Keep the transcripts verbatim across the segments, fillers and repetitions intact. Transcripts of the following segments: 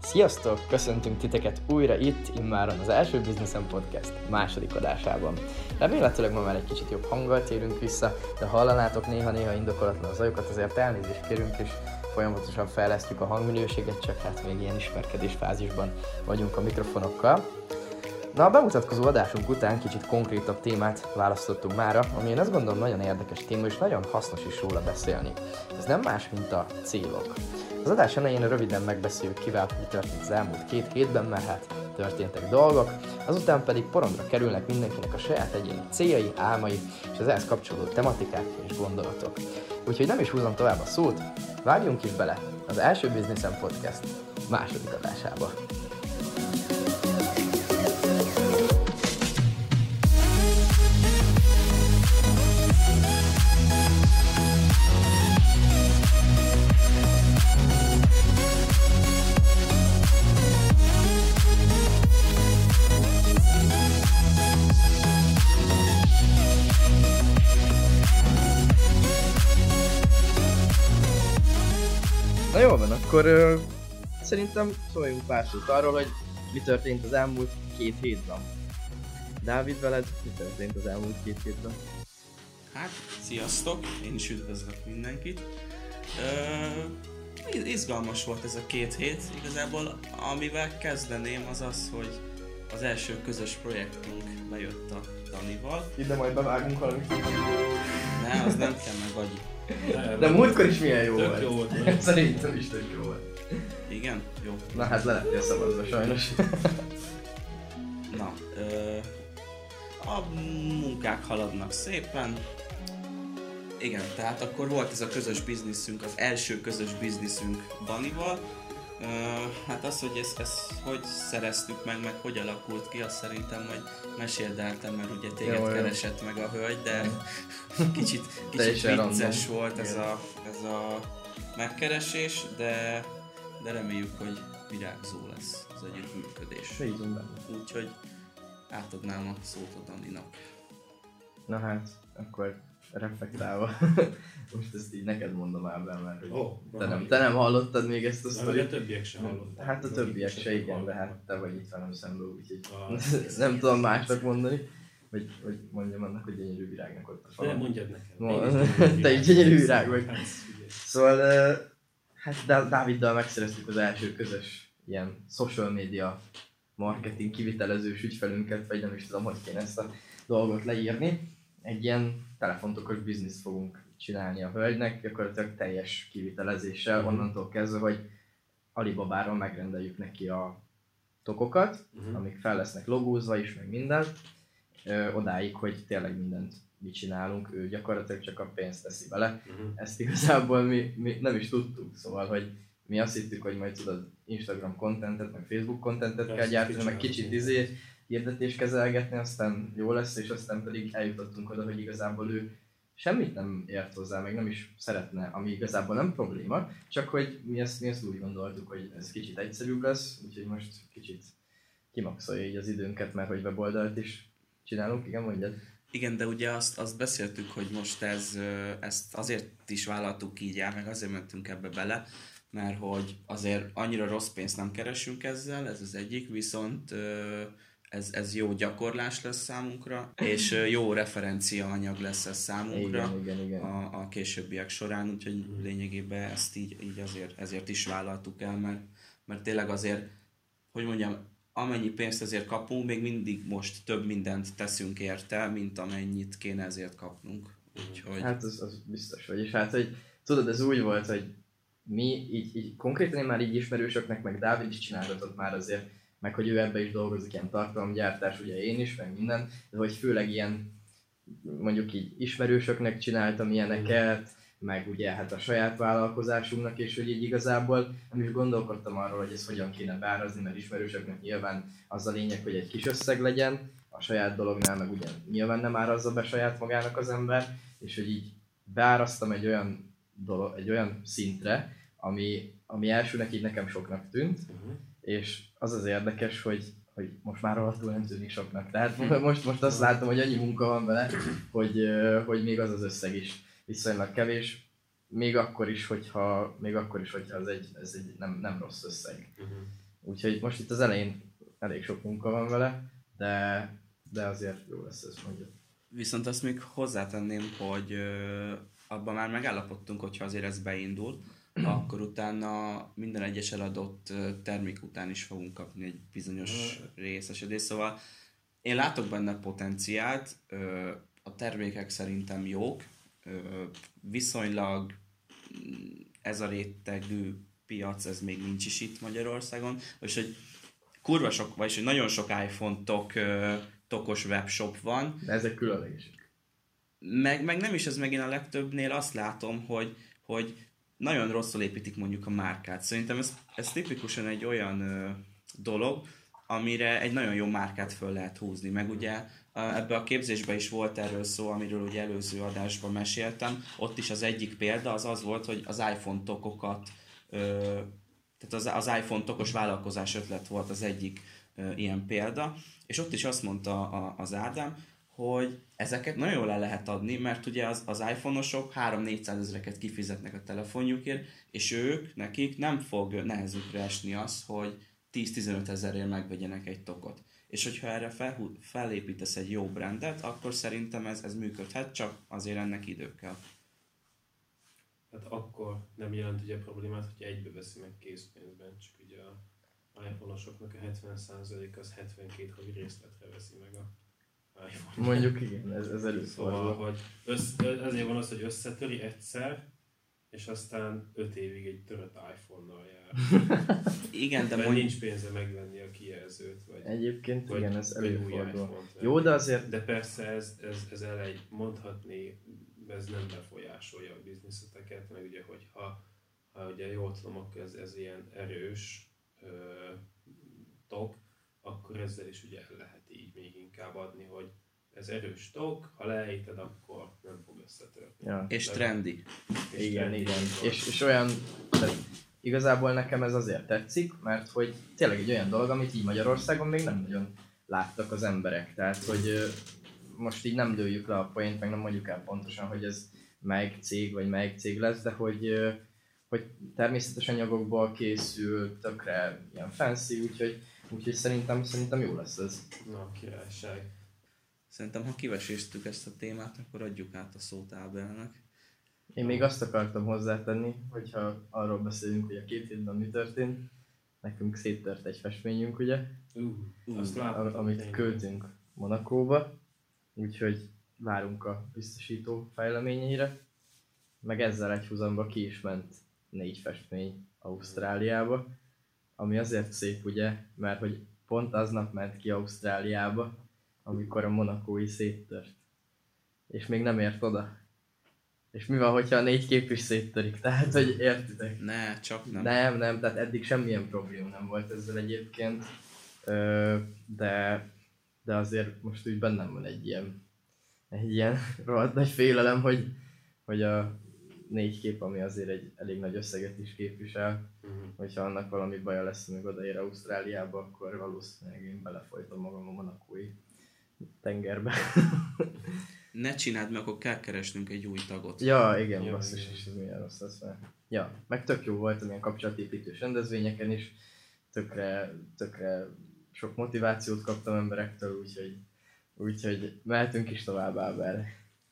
Sziasztok! Köszöntünk titeket újra itt, immáron az első Businessen Podcast második adásában. Remélhetőleg ma már egy kicsit jobb hanggal térünk vissza, de hallanátok néha-néha indokolatlan zajokat, azért elnézést kérünk, és folyamatosan fejlesztjük a hangminőséget, csak hát még ilyen ismerkedés fázisban vagyunk a mikrofonokkal. Na, a bemutatkozó adásunk után kicsit konkrétabb témát választottunk mára, ami én azt gondolom nagyon érdekes téma, és nagyon hasznos is róla beszélni. Ez nem más, mint a célok. Az adás elején röviden megbeszéljük, kivel mi történt az elmúlt két hétben, mert hát történtek dolgok, azután pedig porondra kerülnek mindenkinek a saját egyéni céljai, álmai és az ehhez kapcsolódó tematikák és gondolatok. Úgyhogy nem is húzom tovább a szót, vágjunk is bele az első Businessen Podcast második adásába. Na jól van, akkor uh, szerintem szóljunk pár szót arról, hogy mi történt az elmúlt két hétben. Dávid, veled mi történt az elmúlt két hétben? Hát, sziasztok! Én is üdvözlök mindenkit. Ö, izgalmas volt ez a két hét. Igazából amivel kezdeném az az, hogy az első közös projektünk bejött a Danival. Ide majd bevágunk valamit. Ne, az nem kell, meg vagy. De, de múltkor is milyen jó tök volt. Jó volt. Szerintem is tök jó volt. Igen? Jó. Na hát le lettél szavazva sajnos. Na, ö, a munkák haladnak szépen. Igen, tehát akkor volt ez a közös bizniszünk, az első közös bizniszünk Danival. Ö, hát az, hogy ezt, ezt hogy szereztük meg, meg hogy alakult ki, azt szerintem majd meséld el te, mert ugye téged jó, keresett jó. meg a hölgy, de kicsit, kicsit vicces volt ez a, ez a megkeresés, de, de reméljük, hogy virágzó lesz az együttműködés. Bízunk benne. Úgyhogy átadnám a szót a Daninak. Na hát, akkor reflektálva. Most ezt így neked mondom Ábel, mert hogy Oh, te, nem, te nem hallottad még ezt a de sztorit. a többiek sem hallották. Hát a többiek se, igen, de hát te vagy itt velem szemben, úgyhogy Ah, nem tudom másnak mondani. Vagy, vagy mondjam annak, hogy gyönyörű virágnak ott a De falon. mondjad nekem. No, Én is gyönyörű te virág így gyönyörű vagyok. virág vagy. Hát, figyelj. Szóval, eh, hát Dá- Dáviddal megszereztük az első közös ilyen social media marketing kivitelezős ügyfelünket, vagy nem is tudom, hogy kéne ezt a dolgot leírni. Egy ilyen telefontokos bizniszt fogunk csinálni a hölgynek, gyakorlatilag teljes kivitelezéssel, Mhm. onnantól kezdve, hogy Alibabáról megrendeljük neki a tokokat, Mhm. amik fel lesznek logózva is, meg minden, ö, odáig, hogy tényleg mindent mi csinálunk, ő gyakorlatilag csak a pénzt teszi bele. Mhm. Ezt igazából mi, mi nem is tudtuk, szóval, hogy mi azt hittük, hogy majd tudod Instagram contentet, meg Facebook contentet kell Persze, gyártani, meg kicsinálni. kicsit izé hirdetés kezelgetni, aztán jó lesz, és aztán pedig eljutottunk oda, hogy igazából ő semmit nem ért hozzá, meg nem is szeretne, ami igazából nem probléma, csak hogy mi ezt, mi ezt úgy gondoltuk, hogy ez kicsit egyszerűbb lesz, úgyhogy most kicsit kimaxolja így az időnket, mert hogy weboldalt is csinálunk, igen, mondjad? Igen, de ugye azt, azt beszéltük, hogy most ez, ö, ezt azért is vállaltuk így el, meg azért mentünk ebbe bele, mert hogy azért annyira rossz pénzt nem keresünk ezzel, ez az egyik, viszont ö, ez, ez jó gyakorlás lesz számunkra, és ö, jó referencia anyag lesz ez számunkra Igen, igen, igen. a, a későbbiek során, úgyhogy lényegében ezt így, így azért, ezért is vállaltuk el, mert, mert tényleg azért, hogy mondjam, amennyi pénzt ezért kapunk, még mindig most több mindent teszünk érte, mint amennyit kéne ezért kapnunk. Úgyhogy... Hát az, az biztos vagy, és hát, hogy tudod, ez úgy volt, hogy mi így, így konkrétan én már így ismerősöknek, meg Dávid is csinálgatott már azért, meg hogy ő ebbe is dolgozik, ilyen tartalomgyártás, ugye én is, meg minden, de hogy főleg ilyen, mondjuk így ismerősöknek csináltam ilyeneket, meg ugye hát a saját vállalkozásunknak, és hogy így igazából nem is gondolkodtam arról, hogy ezt hogyan kéne beárazni, mert ismerősöknek nyilván az a lényeg, hogy egy kis összeg legyen, a saját dolognál meg ugye nyilván nem árazza be saját magának az ember, és hogy így beáraztam egy olyan, dolog, egy olyan szintre, ami, ami elsőnek így nekem soknak tűnt, Mhm. és az az érdekes, hogy, hogy most már rohadtul nem tűnik soknak. Tehát most, most azt látom, hogy annyi munka van vele, hogy, ö, hogy még az az összeg is viszonylag kevés. Még akkor is, hogyha, még akkor is, hogyha ez egy, ez egy nem, nem rossz összeg. Uh-huh. Úgyhogy most itt az elején elég sok munka van vele, de, de azért jó lesz ez, mondjuk. Viszont azt még hozzátenném, hogy ö, abban már megállapodtunk, hogyha azért ez beindul, akkor utána minden egyes eladott termék után is fogunk kapni egy bizonyos részesedést. Szóval én látok benne potenciált, ö, a termékek szerintem jók, ö, viszonylag ez a rétegű piac, ez még nincs is itt Magyarországon, és hogy kurva sok, vagyis hogy nagyon sok iPhone tok, ö, tokos webshop van. De ezek különlegesek. Meg, meg nem is ez megint a legtöbbnél azt látom, hogy, hogy nagyon rosszul építik mondjuk a márkát. Szerintem ez, ez tipikusan egy olyan ö, dolog, amire egy nagyon jó márkát föl lehet húzni. Meg ugye ebbe a képzésben is volt erről szó, amiről ugye előző adásban meséltem. Ott is az egyik példa az az volt, hogy az iPhone tokokat, ö, tehát az, az iPhone tokos vállalkozás ötlet volt az egyik ö, ilyen példa. És ott is azt mondta a, az Ádám, hogy ezeket nagyon jól el lehet adni, mert ugye az, az iPhone-osok három-négyszáz ezreket kifizetnek a telefonjukért, és ők, nekik nem fog nehezükre esni az, hogy tíz-tizenöt ezerért megvegyenek egy tokot. És hogyha erre fel, felépítesz egy jó brandet, akkor szerintem ez, ez működhet, csak azért ennek idő kell. Hát akkor nem jelent ugye problémát, hogy egybe veszi meg készpénzben, csak ugye a iPhone-osoknak a hetven százalék az hetvenkét havi részletre veszi meg a iPhone. Mondjuk igen, ez, ez először. Szóval, hogy össze, ezért van az, hogy összetöri egyszer, és aztán öt évig egy törött iPhone-nal jár. Igen, de Mert mondjuk... nincs pénze megvenni a kijelzőt, vagy, Egyébként vagy, igen, ez vagy új előfordul. iPhone-t Jó, de azért... De persze ez, ez, ez elej mondhatni, ez nem befolyásolja a bizniszeteket, meg ugye, hogyha ha ugye jól tudom, akkor ez, ez ilyen erős ö, tok, akkor ezzel is ugye el lehet így még inkább adni, hogy ez erős tok, ha leejted, akkor nem fog összetörni. Ja. És trendy. És igen, trendy, igen. így van. És, és olyan, tehát igazából nekem ez azért tetszik, mert hogy tényleg egy olyan dolog, amit így Magyarországon még nem nagyon láttak az emberek. Tehát, hogy ö, most így nem lőjük le a poént, meg nem mondjuk el pontosan, hogy ez melyik cég, vagy melyik cég lesz, de hogy, ö, hogy természetes anyagokból készül, tökre ilyen fancy, úgyhogy, úgyhogy szerintem, szerintem jó lesz ez. Na, királyság. Szerintem, ha kiveséztük ezt a témát, akkor adjuk át a szót Ábelnek. Én még azt akartam hozzátenni, hogyha arról beszélünk, hogy a két hétben mi történt. Nekünk széttört egy festményünk, ugye, Uh, Uh, azt a- láttam, amit tényleg. költünk Monakóba, úgyhogy várunk a biztosító fejleményeire. Meg ezzel egyhuzamba ki is ment négy festmény Ausztráliába, ami azért szép, ugye, mert hogy pont aznap ment ki Ausztráliába, amikor a monakói széttört. És még nem ért oda. És mi van, hogyha a négy kép is széttörik? Tehát, hogy értitek? Ne, csak nem. Nem, nem, tehát eddig semmilyen probléma nem volt ezzel egyébként. Ö, de, de azért most úgy bennem van egy ilyen, egy ilyen rohadt nagy félelem, hogy, hogy a négy kép, ami azért egy elég nagy összeget is képvisel, Mhm. hogyha annak valami baja lesz, még odaér Ausztráliába, akkor valószínűleg én belefolytom magam a monakói tengerbe. Ne csináld, mert akkor kell keresnünk egy új tagot. Ja, igen, Ja, basszus, igen. és ez milyen rossz lesz már. Ja, meg tök jó voltam ilyen kapcsolatépítős rendezvényeken is, tökre, tökre sok motivációt kaptam emberektől, úgyhogy, úgyhogy mehetünk is tovább Áberre.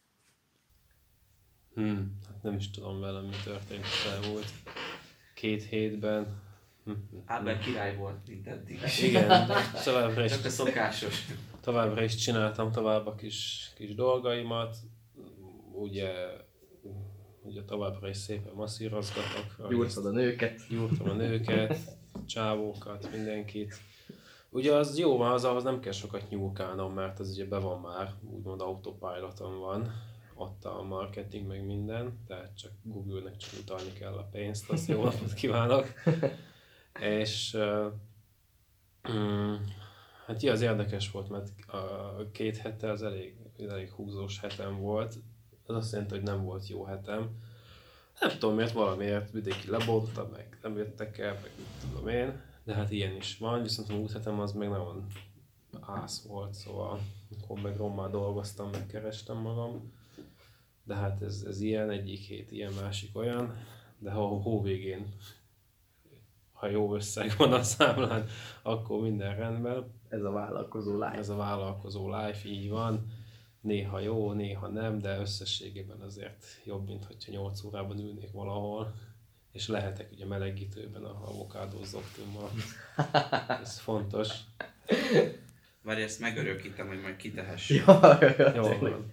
Hmm, hát nem is tudom velem, mi történt az elmúlt két hétben. Hm, hm, Ábel király volt, mint eddig. Igen, de továbbra is, Csak a szokásos. továbbra is csináltam tovább a kis, kis dolgaimat. Ugye, ugye továbbra is szépen masszírozgatok. Gyúrtad a nőket. Gyúrtam a nőket, csávókat, mindenkit. Ugye az jó van, az ahhoz nem kell sokat nyúlkálnom, mert az ugye be van már, úgymond autopiloton van. Adta a marketing meg minden, tehát csak Google-nek csak utalni kell a pénzt, azt jó napot kívánok. És uh, um, hát ja, az érdekes volt, mert a két hete az elég, elég húzós hetem volt. Az azt jelenti, hogy nem volt jó hetem. Nem tudom miért, valamiért vidéki lebonta, meg nem jöttek el, meg mit tudom én. De hát ilyen is van, viszont a múlt hetem az meg nagyon ász volt, szóval akkor meg rommá dolgoztam, megkerestem magam. De hát ez, ez ilyen, egyik hét ilyen, másik olyan. De ha a hó végén ha jó összeg van a számlán, akkor minden rendben. Ez a vállalkozó life. Ez a vállalkozó life, így van. Néha jó, néha nem, de összességében azért jobb, mint hogyha nyolc órában ülnék valahol, és lehetek ugye melegítőben a avokádós zoktimmal. Ez fontos. Várj, ezt megörökítem, hogy majd kitehessük. Ja, ja, ja, Jó tényleg. van.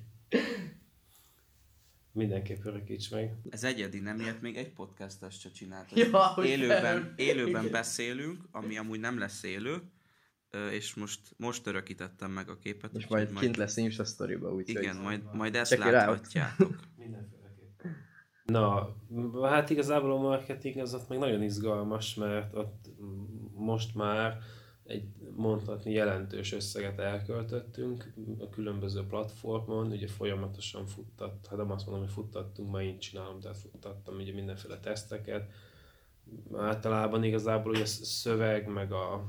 Mindenképp örökíts meg. Ez egyedi, nem ilyet még egy podcastot se csináltak. Ja, hogy élőben, fel- élőben igen. beszélünk, ami amúgy nem lesz élő, ö, és most, most örökítettem meg a képet. És úgyhogy majd kint lesz Insta sztoriba, úgyhogy... Igen, majd, majd ezt Check it out. láthatjátok. Mindenféleképpen. Na, hát igazából a marketing az ott meg nagyon izgalmas, mert ott most már egy mondhatni jelentős összeget elköltöttünk a különböző platformon, ugye folyamatosan futtat, hát nem azt mondom, hogy futtattunk, ma én csinálom, tehát futtattam ugye mindenféle teszteket. Általában igazából ugye a szöveg, meg a,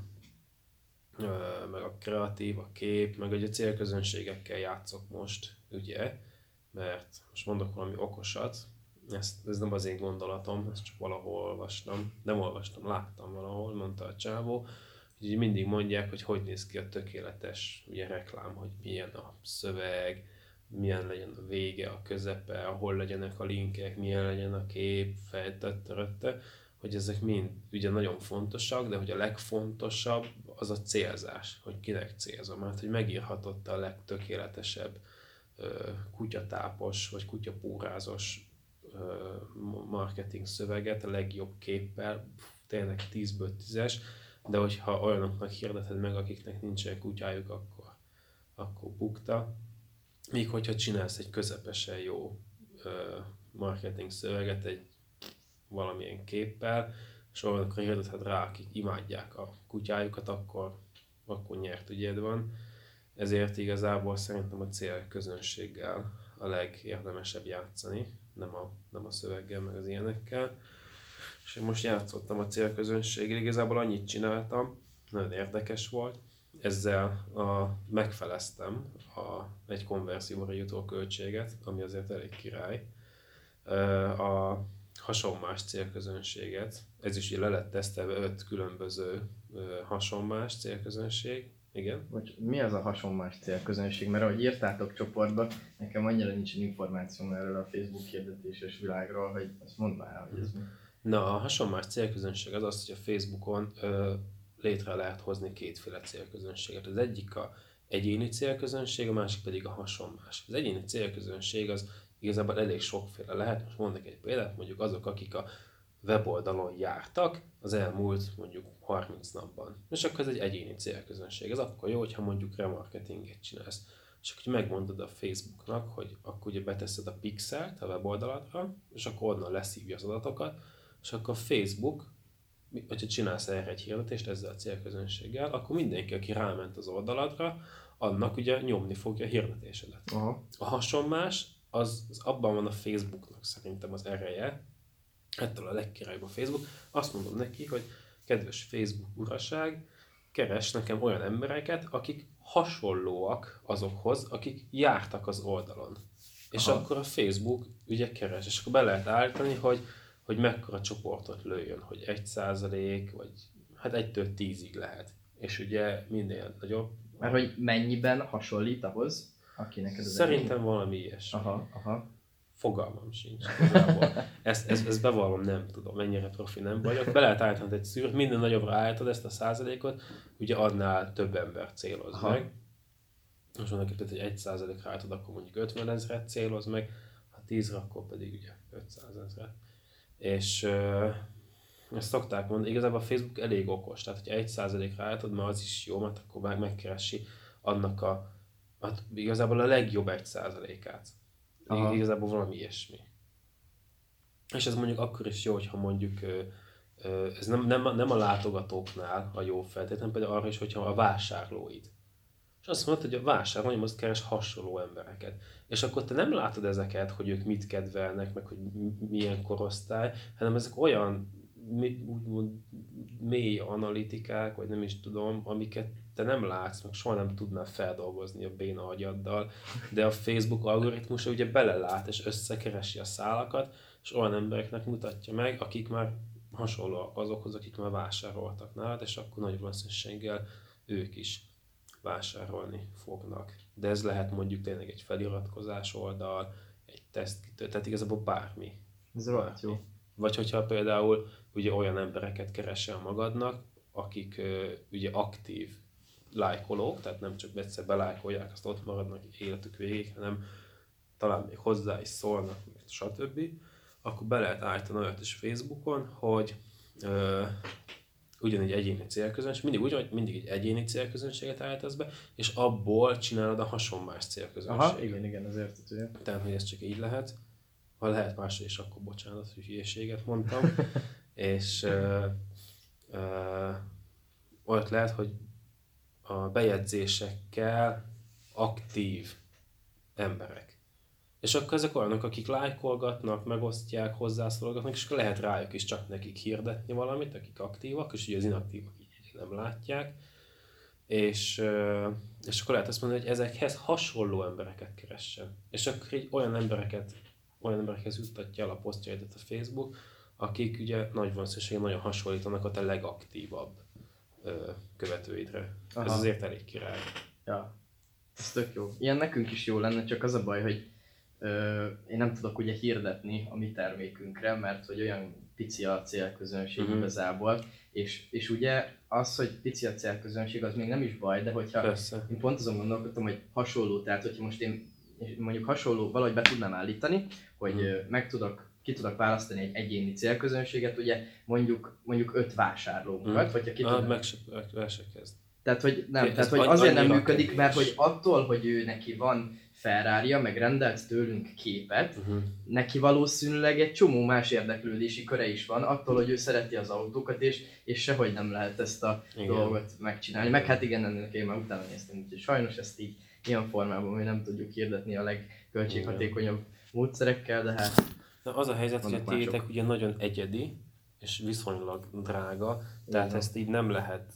ö, meg a kreatív, a kép, meg ugye a célközönségekkel játszok most, ugye, mert most mondok valami okosat, ezt, ez nem az én gondolatom, ezt csak valahol olvastam, nem olvastam, láttam valahol, mondta a csávó, hogy így mindig mondják, hogy hogy néz ki a tökéletes ugye, reklám, hogy milyen a szöveg, milyen legyen a vége, a közepe, hol legyenek a linkek, milyen legyen a kép, fejtetterette, hogy ezek mind ugye nagyon fontosak, de hogy a legfontosabb az a célzás, hogy kinek célzom, mert hogy megírhatott a legtökéletesebb ö, kutyatápos vagy kutyapúrázos ö, marketing szöveget, a legjobb képpel, tényleg tízből tízes, de hogyha olyanoknak hirdeted meg, akiknek nincsen kutyájuk, akkor, akkor bukta. Míg hogyha csinálsz egy közepesen jó ö, marketing szöveget egy valamilyen képpel, és olyanokra hirdeted rá, akik imádják a kutyájukat, akkor, akkor nyert ügyed van. Ezért igazából szerintem a célközönséggel a legérdemesebb játszani, nem a, nem a szöveggel, meg az ilyenekkel. És én most játszottam a célközönséggel, igazából annyit csináltam, nagyon érdekes volt. Ezzel a, megfeleztem a, egy konverzióra jutó költséget, ami azért elég király. A hasonmás célközönséget, ez is le lett tesztelve öt különböző hasonmás célközönség. Igen. Vagy mi az a hasonmás célközönség? Mert ahogy írtátok csoportba, nekem annyira nincsen információm erről a Facebook hirdetéses világról, hogy azt mondd már, hogy ez mi. Na, a hasonmás célközönség az az, hogy a Facebookon ö, létre lehet hozni kétféle célközönséget. Az egyik a egyéni célközönség, a másik pedig a hasonmás. Az egyéni célközönség az igazából elég sokféle lehet. Most mondok egy példát, mondjuk azok, akik a weboldalon jártak az elmúlt mondjuk harminc napban. És akkor ez egy egyéni célközönség. Ez akkor jó, hogyha mondjuk remarketinget csinálsz. És akkor megmondod a Facebooknak, hogy akkor ugye beteszed a pixelt a weboldaladra, és akkor onnan leszívja az adatokat, és akkor a Facebook, hogyha csinálsz erre egy hirdetést ezzel a célközönséggel, akkor mindenki, aki ráment az oldaladra, annak ugye nyomni fogja a hirdetésedet. Aha. A hasonmás, az, az abban van a Facebooknak szerintem az ereje, ettől a legkirálybb a Facebook. Azt mondom neki, hogy kedves Facebook uraság, keres nekem olyan embereket, akik hasonlóak azokhoz, akik jártak az oldalon. És Aha. akkor a Facebook ugye keres, és akkor be lehet állítani, hogy, hogy mekkora csoportot lőjön, hogy egy százalék, vagy hát egytől tízig lehet. És ugye minél nagyobb. Mert hogy mennyiben hasonlít ahhoz, aki neked az Szerintem valami ilyesmi. Aha, aha. Fogalmam sincs. Igazából. Ezt, ezt, ezt bevallom, nem tudom, mennyire profi nem vagyok. Be lehet állítani egy szűrt, minden nagyobbra állítod ezt a százalékot, ugye annál több ember céloz Aha. meg. Most mondok itt, hogy egy százalékra állítod, akkor mondjuk ötven ezret céloz meg, ha tízre, akkor pedig ugye ötszáz ezret. És euh, ezt szokták mondani, igazából a Facebook elég okos, tehát hogyha egy százalékra állítod, már az is jó, mert akkor már megkeresi annak a, hát igazából a legjobb egy százalékát. Aha. Igazából valami ilyesmi. És ez mondjuk akkor is jó, hogyha mondjuk ez nem, nem, nem a látogatóknál a jó feltétlen, például arra is, hogyha a vásárlóid. És azt mondod, hogy a vásárlóim az keres hasonló embereket. És akkor te nem látod ezeket, hogy ők mit kedvelnek, meg hogy milyen korosztály, hanem ezek olyan úgymond mély analitikák, vagy nem is tudom, amiket te nem látsz, meg soha nem tudnál feldolgozni a béna agyaddal, de a Facebook algoritmusa ugye belelát és összekeresi a szálakat, és olyan embereknek mutatja meg, akik már hasonlóak azokhoz, akik már vásároltak nálad, és akkor nagy valószínűséggel ők is vásárolni fognak. De ez lehet mondjuk tényleg egy feliratkozás oldal, egy tesztkitő, tehát igazából bármi. Ez rohadt jó. Vagy hogyha például ugye olyan embereket keresel magadnak, akik uh, ugye aktív lájkolók, tehát nem csak egyszer belájkolják, azt ott maradnak életük végig, hanem talán még hozzá is szólnak, stb. Akkor be lehet állítani olyat is Facebookon, hogy uh, ugyanígy egyéni célközönség, mindig úgy, hogy mindig egy egyéni célközönséget állítasz be, és abból csinálod a hasonlás célközönséget. Aha, igen, igen, az értető. Tehát, hogy ez csak így lehet. Ha lehet máshogy is, akkor bocsánat, hogy hülyeséget mondtam. és uh, uh, olyat lehet, hogy a bejegyzésekkel aktív emberek. És akkor ezek olyanok, akik lájkolgatnak, megosztják, hozzászólgatnak, és akkor lehet rájuk is csak nekik hirdetni valamit, akik aktívak, és ugye az inaktívak így nem látják. És, és akkor lehet azt mondani, hogy ezekhez hasonló embereket keressen. És akkor így olyan embereket, olyan emberekhez juttatja el a posztjaidat a Facebook, akik ugye nagy valószínűséggel nagyon hasonlítanak a te legaktívabb követőidre. Aha. Ez azért elég király. Ja, ez tök jó. Ilyen nekünk is jó lenne, csak az a baj, hogy ö, én nem tudok ugye hirdetni a mi termékünkre, mert hogy olyan pici a célközönség uh-huh. igazából, és, és ugye az, hogy pici a célközönség, az még nem is baj, de hogyha Persze. én pont azon gondolkodtam, hogy hasonló, tehát hogyha most én mondjuk hasonló, valahogy be tudnám állítani, hogy uh-huh. meg tudok ki tudok választani egy egyéni célközönséget, ugye mondjuk mondjuk öt vásárlónkat, mm. vagy ha ki ah, meg se, meg se kezd. Tehát, hogy nem, tehát, hogy azért nem működik, kérdés. Mert hogy attól, hogy ő neki van Ferrari-ja, meg rendelt tőlünk képet, uh-huh. neki valószínűleg egy csomó más érdeklődési köre is van, attól, hogy ő szereti az autókat, és, és sehogy nem lehet ezt a igen. dolgot megcsinálni. Meg hát igen, ennek én már utána néztem, úgyhogy sajnos ezt így ilyen formában, hogy nem tudjuk hirdetni a legköltséghatékonyabb igen. módszerekkel, de hát... Na az a helyzet, hogy a tiétek ugye nagyon egyedi, és viszonylag drága, tehát igen. ezt így nem lehet,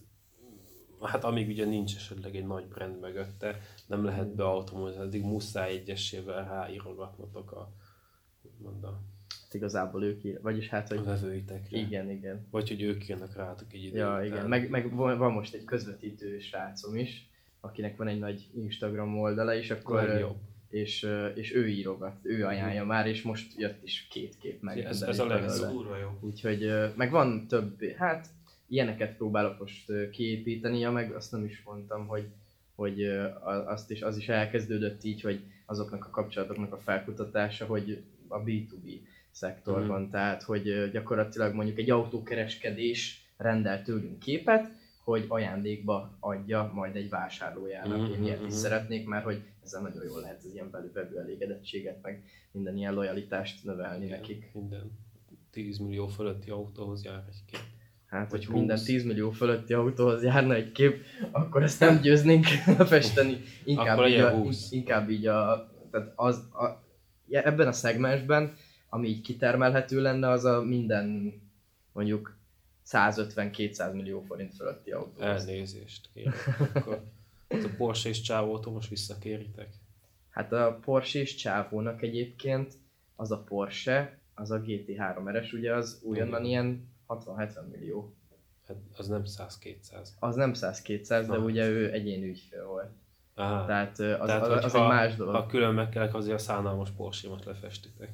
hát amíg ugye nincs esetleg egy nagy brand mögötte, nem lehet beautomatizni, addig muszáj egyesével ráírogatnotok a, úgymond a... Hát igazából ők ír, vagyis hát, hogy... A vevőitekre. Igen, igen. Vagy hogy ők jönnek rátok egy idő Ja, után. igen, meg, meg van most egy közvetítő srácom is, akinek van egy nagy Instagram oldala, és akkor... És, és ő írogat, ő ajánlja már, és most jött is két kép meg. Ez, ez a legszó. Úgyhogy meg van több, hát ilyeneket próbálok most kiépíteni, ja, meg azt nem is mondtam, hogy, hogy azt is, az is elkezdődött így, hogy azoknak a kapcsolatoknak a felkutatása, hogy a bé kettő bé szektorban, mm. tehát hogy gyakorlatilag mondjuk egy autókereskedés rendel tőlünk képet, hogy ajándékba adja majd egy vásárlójának. Mm-hmm. Én ilyet is szeretnék, mert hogy ezzel nagyon jól lehet az ilyen belül elégedettséget, meg minden ilyen lojalitást növelni igen, nekik. Minden tíz millió fölötti autóhoz jár egy kép. Hát, hogy minden tíz millió fölötti autóhoz járna egy kép, akkor ezt nem győznénk festeni. Inkább így a, inkább így a, tehát az, a, ebben a szegmensben, ami így kitermelhető lenne, az a minden mondjuk százötven-kétszáz millió forint fölötti autó. Elnézést kérek. Akkor az a Porsche és csávótól most visszakéritek? Hát a Porsche és csávónak egyébként az a Porsche, az a gé té három er es, ugye az újonnan ilyen hatvan-hetven millió. Hát az nem száz-kétszáz. Az nem száz-kétszáz, de ugye ő egyéni ügyfél volt. Aha. Tehát az, Tehát, az, az egy más dolog. Ha külön megkelek, azért a szánalmas Porsche-mat lefestitek.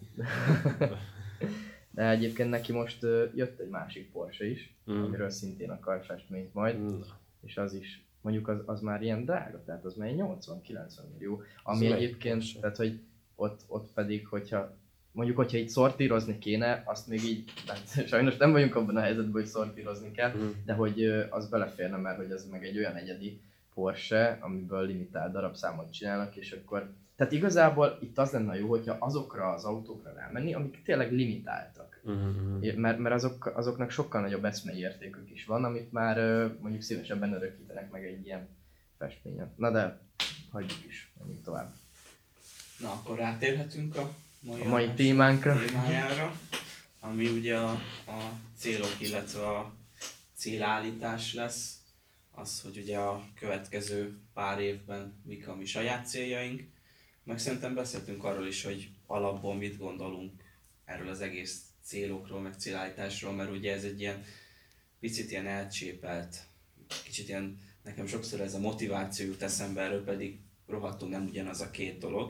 De egyébként neki most uh, jött egy másik Porsche is, mm. amiről szintén akar festményt majd, mm. és az is, mondjuk az, az már ilyen drága, tehát az már nyolcvan-kilencven millió, ami ez egyébként, tehát hogy ott, ott pedig, hogyha mondjuk, hogyha így szortírozni kéne, azt még így, hát sajnos nem vagyunk abban a helyzetben, hogy szortírozni kell, mm. de hogy uh, az beleférne, mert hogy ez meg egy olyan egyedi Porsche, amiből limitált darabszámot csinálnak, és akkor tehát igazából itt az lenne jó, hogyha azokra az autókra rámenni, amik tényleg limitáltak. Uh-huh. Mert, mert azok, azoknak sokkal nagyobb eszmei értékük is van, amit már mondjuk szívesebben örökítenek meg egy ilyen festményen. Na de hagyjuk is, menjünk tovább. Na akkor rátérhetünk a mai, a mai témánkra. témájára, ami ugye a, a célok, illetve a célállítás lesz. Az, hogy ugye a következő pár évben mik a mi saját céljaink. Meg szerintem beszéltünk arról is, hogy alapból mit gondolunk erről az egész célokról, meg célállításról, mert ugye ez egy ilyen picit ilyen elcsépelt, kicsit ilyen, nekem sokszor ez a motiváció jut eszembe, erről pedig rohadtul nem ugyanaz a két dolog,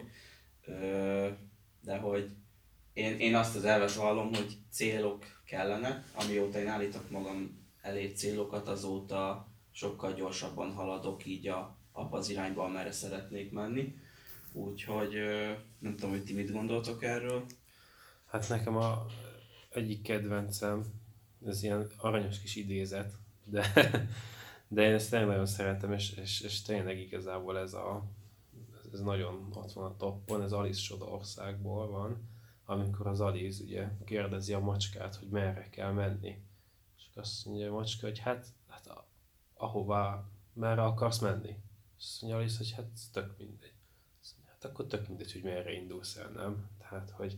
de hogy én, én azt az elvet vallom, hogy célok kellenek, amióta én állítok magam elé célokat, azóta sokkal gyorsabban haladok így a, abba az irányba, amerre szeretnék menni. Úgyhogy nem tudom, hogy ti mit gondoltok erről. Hát nekem a egyik kedvencem, ez ilyen aranyos kis idézet, de, de én ezt tényleg nagyon szeretem, és, és, és tényleg igazából ez, a, ez nagyon ott van a toppon, ez Alice Csodországból van, amikor az Alice ugye kérdezi a macskát, hogy merre kell menni. És azt mondja a macska, hogy hát, hát ahová, merre akarsz menni. És azt mondja Alice, hogy hát ez tök mindegy. Mondja, hát akkor tök mindegy, hogy merre indulsz el, nem? Tehát, hogy,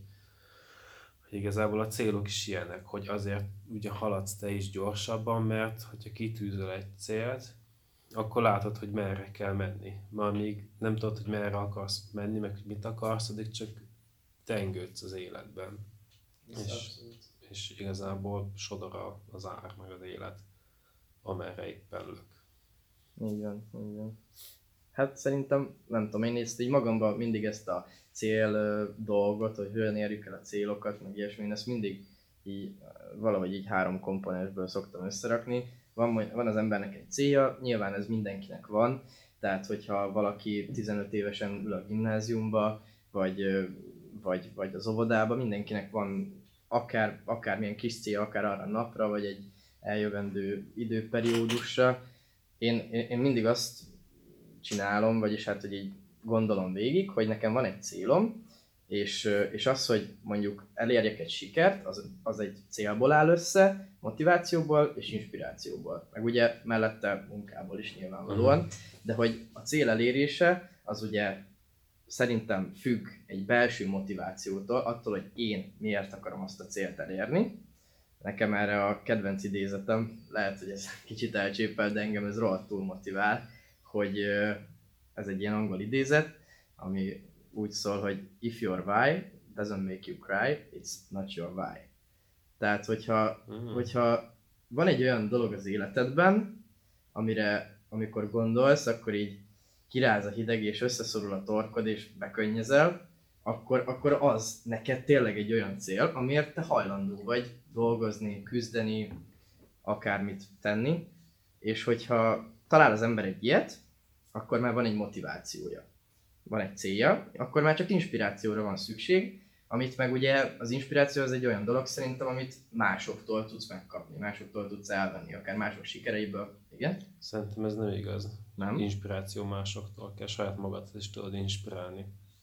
hogy igazából a célok is ilyenek, hogy azért ugye haladsz te is gyorsabban, mert hogyha kitűzöl egy célt, akkor látod, hogy merre kell menni. Már még nem tudod, hogy merre akarsz menni, meg mit akarsz, addig csak tengődsz az életben. És, és igazából sodor az ár, meg az élet, amerre éppen lök. Így van, így van. Hát szerintem, nem tudom, én ezt így magamban mindig ezt a cél dolgot, hogy hogyan érjük el a célokat, meg ilyesmi, én ezt mindig így, valahogy így három komponensből szoktam összerakni. Van, van az embernek egy célja, nyilván ez mindenkinek van, tehát hogyha valaki tizenöt évesen ül a gimnáziumba, vagy, vagy, vagy az óvodába, mindenkinek van akár, akármilyen kis célja, akár arra napra, vagy egy eljövendő időperiódusra. Én, én, én mindig azt csinálom, vagyis hát, hogy így gondolom végig, hogy nekem van egy célom, és, és az, hogy mondjuk elérjek egy sikert, az, az egy célból áll össze, motivációból és inspirációból. Meg ugye mellette munkából is nyilvánvalóan, de hogy a cél elérése az ugye szerintem függ egy belső motivációtól, attól, hogy én miért akarom azt a célt elérni. Nekem erre a kedvenc idézetem, lehet, hogy ez kicsit elcsépel, de engem ez rohadtul motivál, hogy ez egy ilyen angol idézet, ami úgy szól, hogy if your why doesn't make you cry, it's not your why. Tehát, hogyha, mm. hogyha van egy olyan dolog az életedben, amire amikor gondolsz, akkor így kiráz a hideg és összeszorul a torkod és bekönnyezel, akkor, akkor az neked tényleg egy olyan cél, amiért te hajlandó vagy dolgozni, küzdeni, akármit tenni, és hogyha talál az ember egy ilyet, akkor már van egy motivációja, van egy célja, akkor már csak inspirációra van szükség, amit meg ugye az inspiráció az egy olyan dolog szerintem, amit másoktól tudsz megkapni, másoktól tudsz elvenni, akár mások sikereiből. Igen? Szerintem ez nem igaz. Nem? Inspiráció másoktól kell, saját magadat is tudod inspirálni.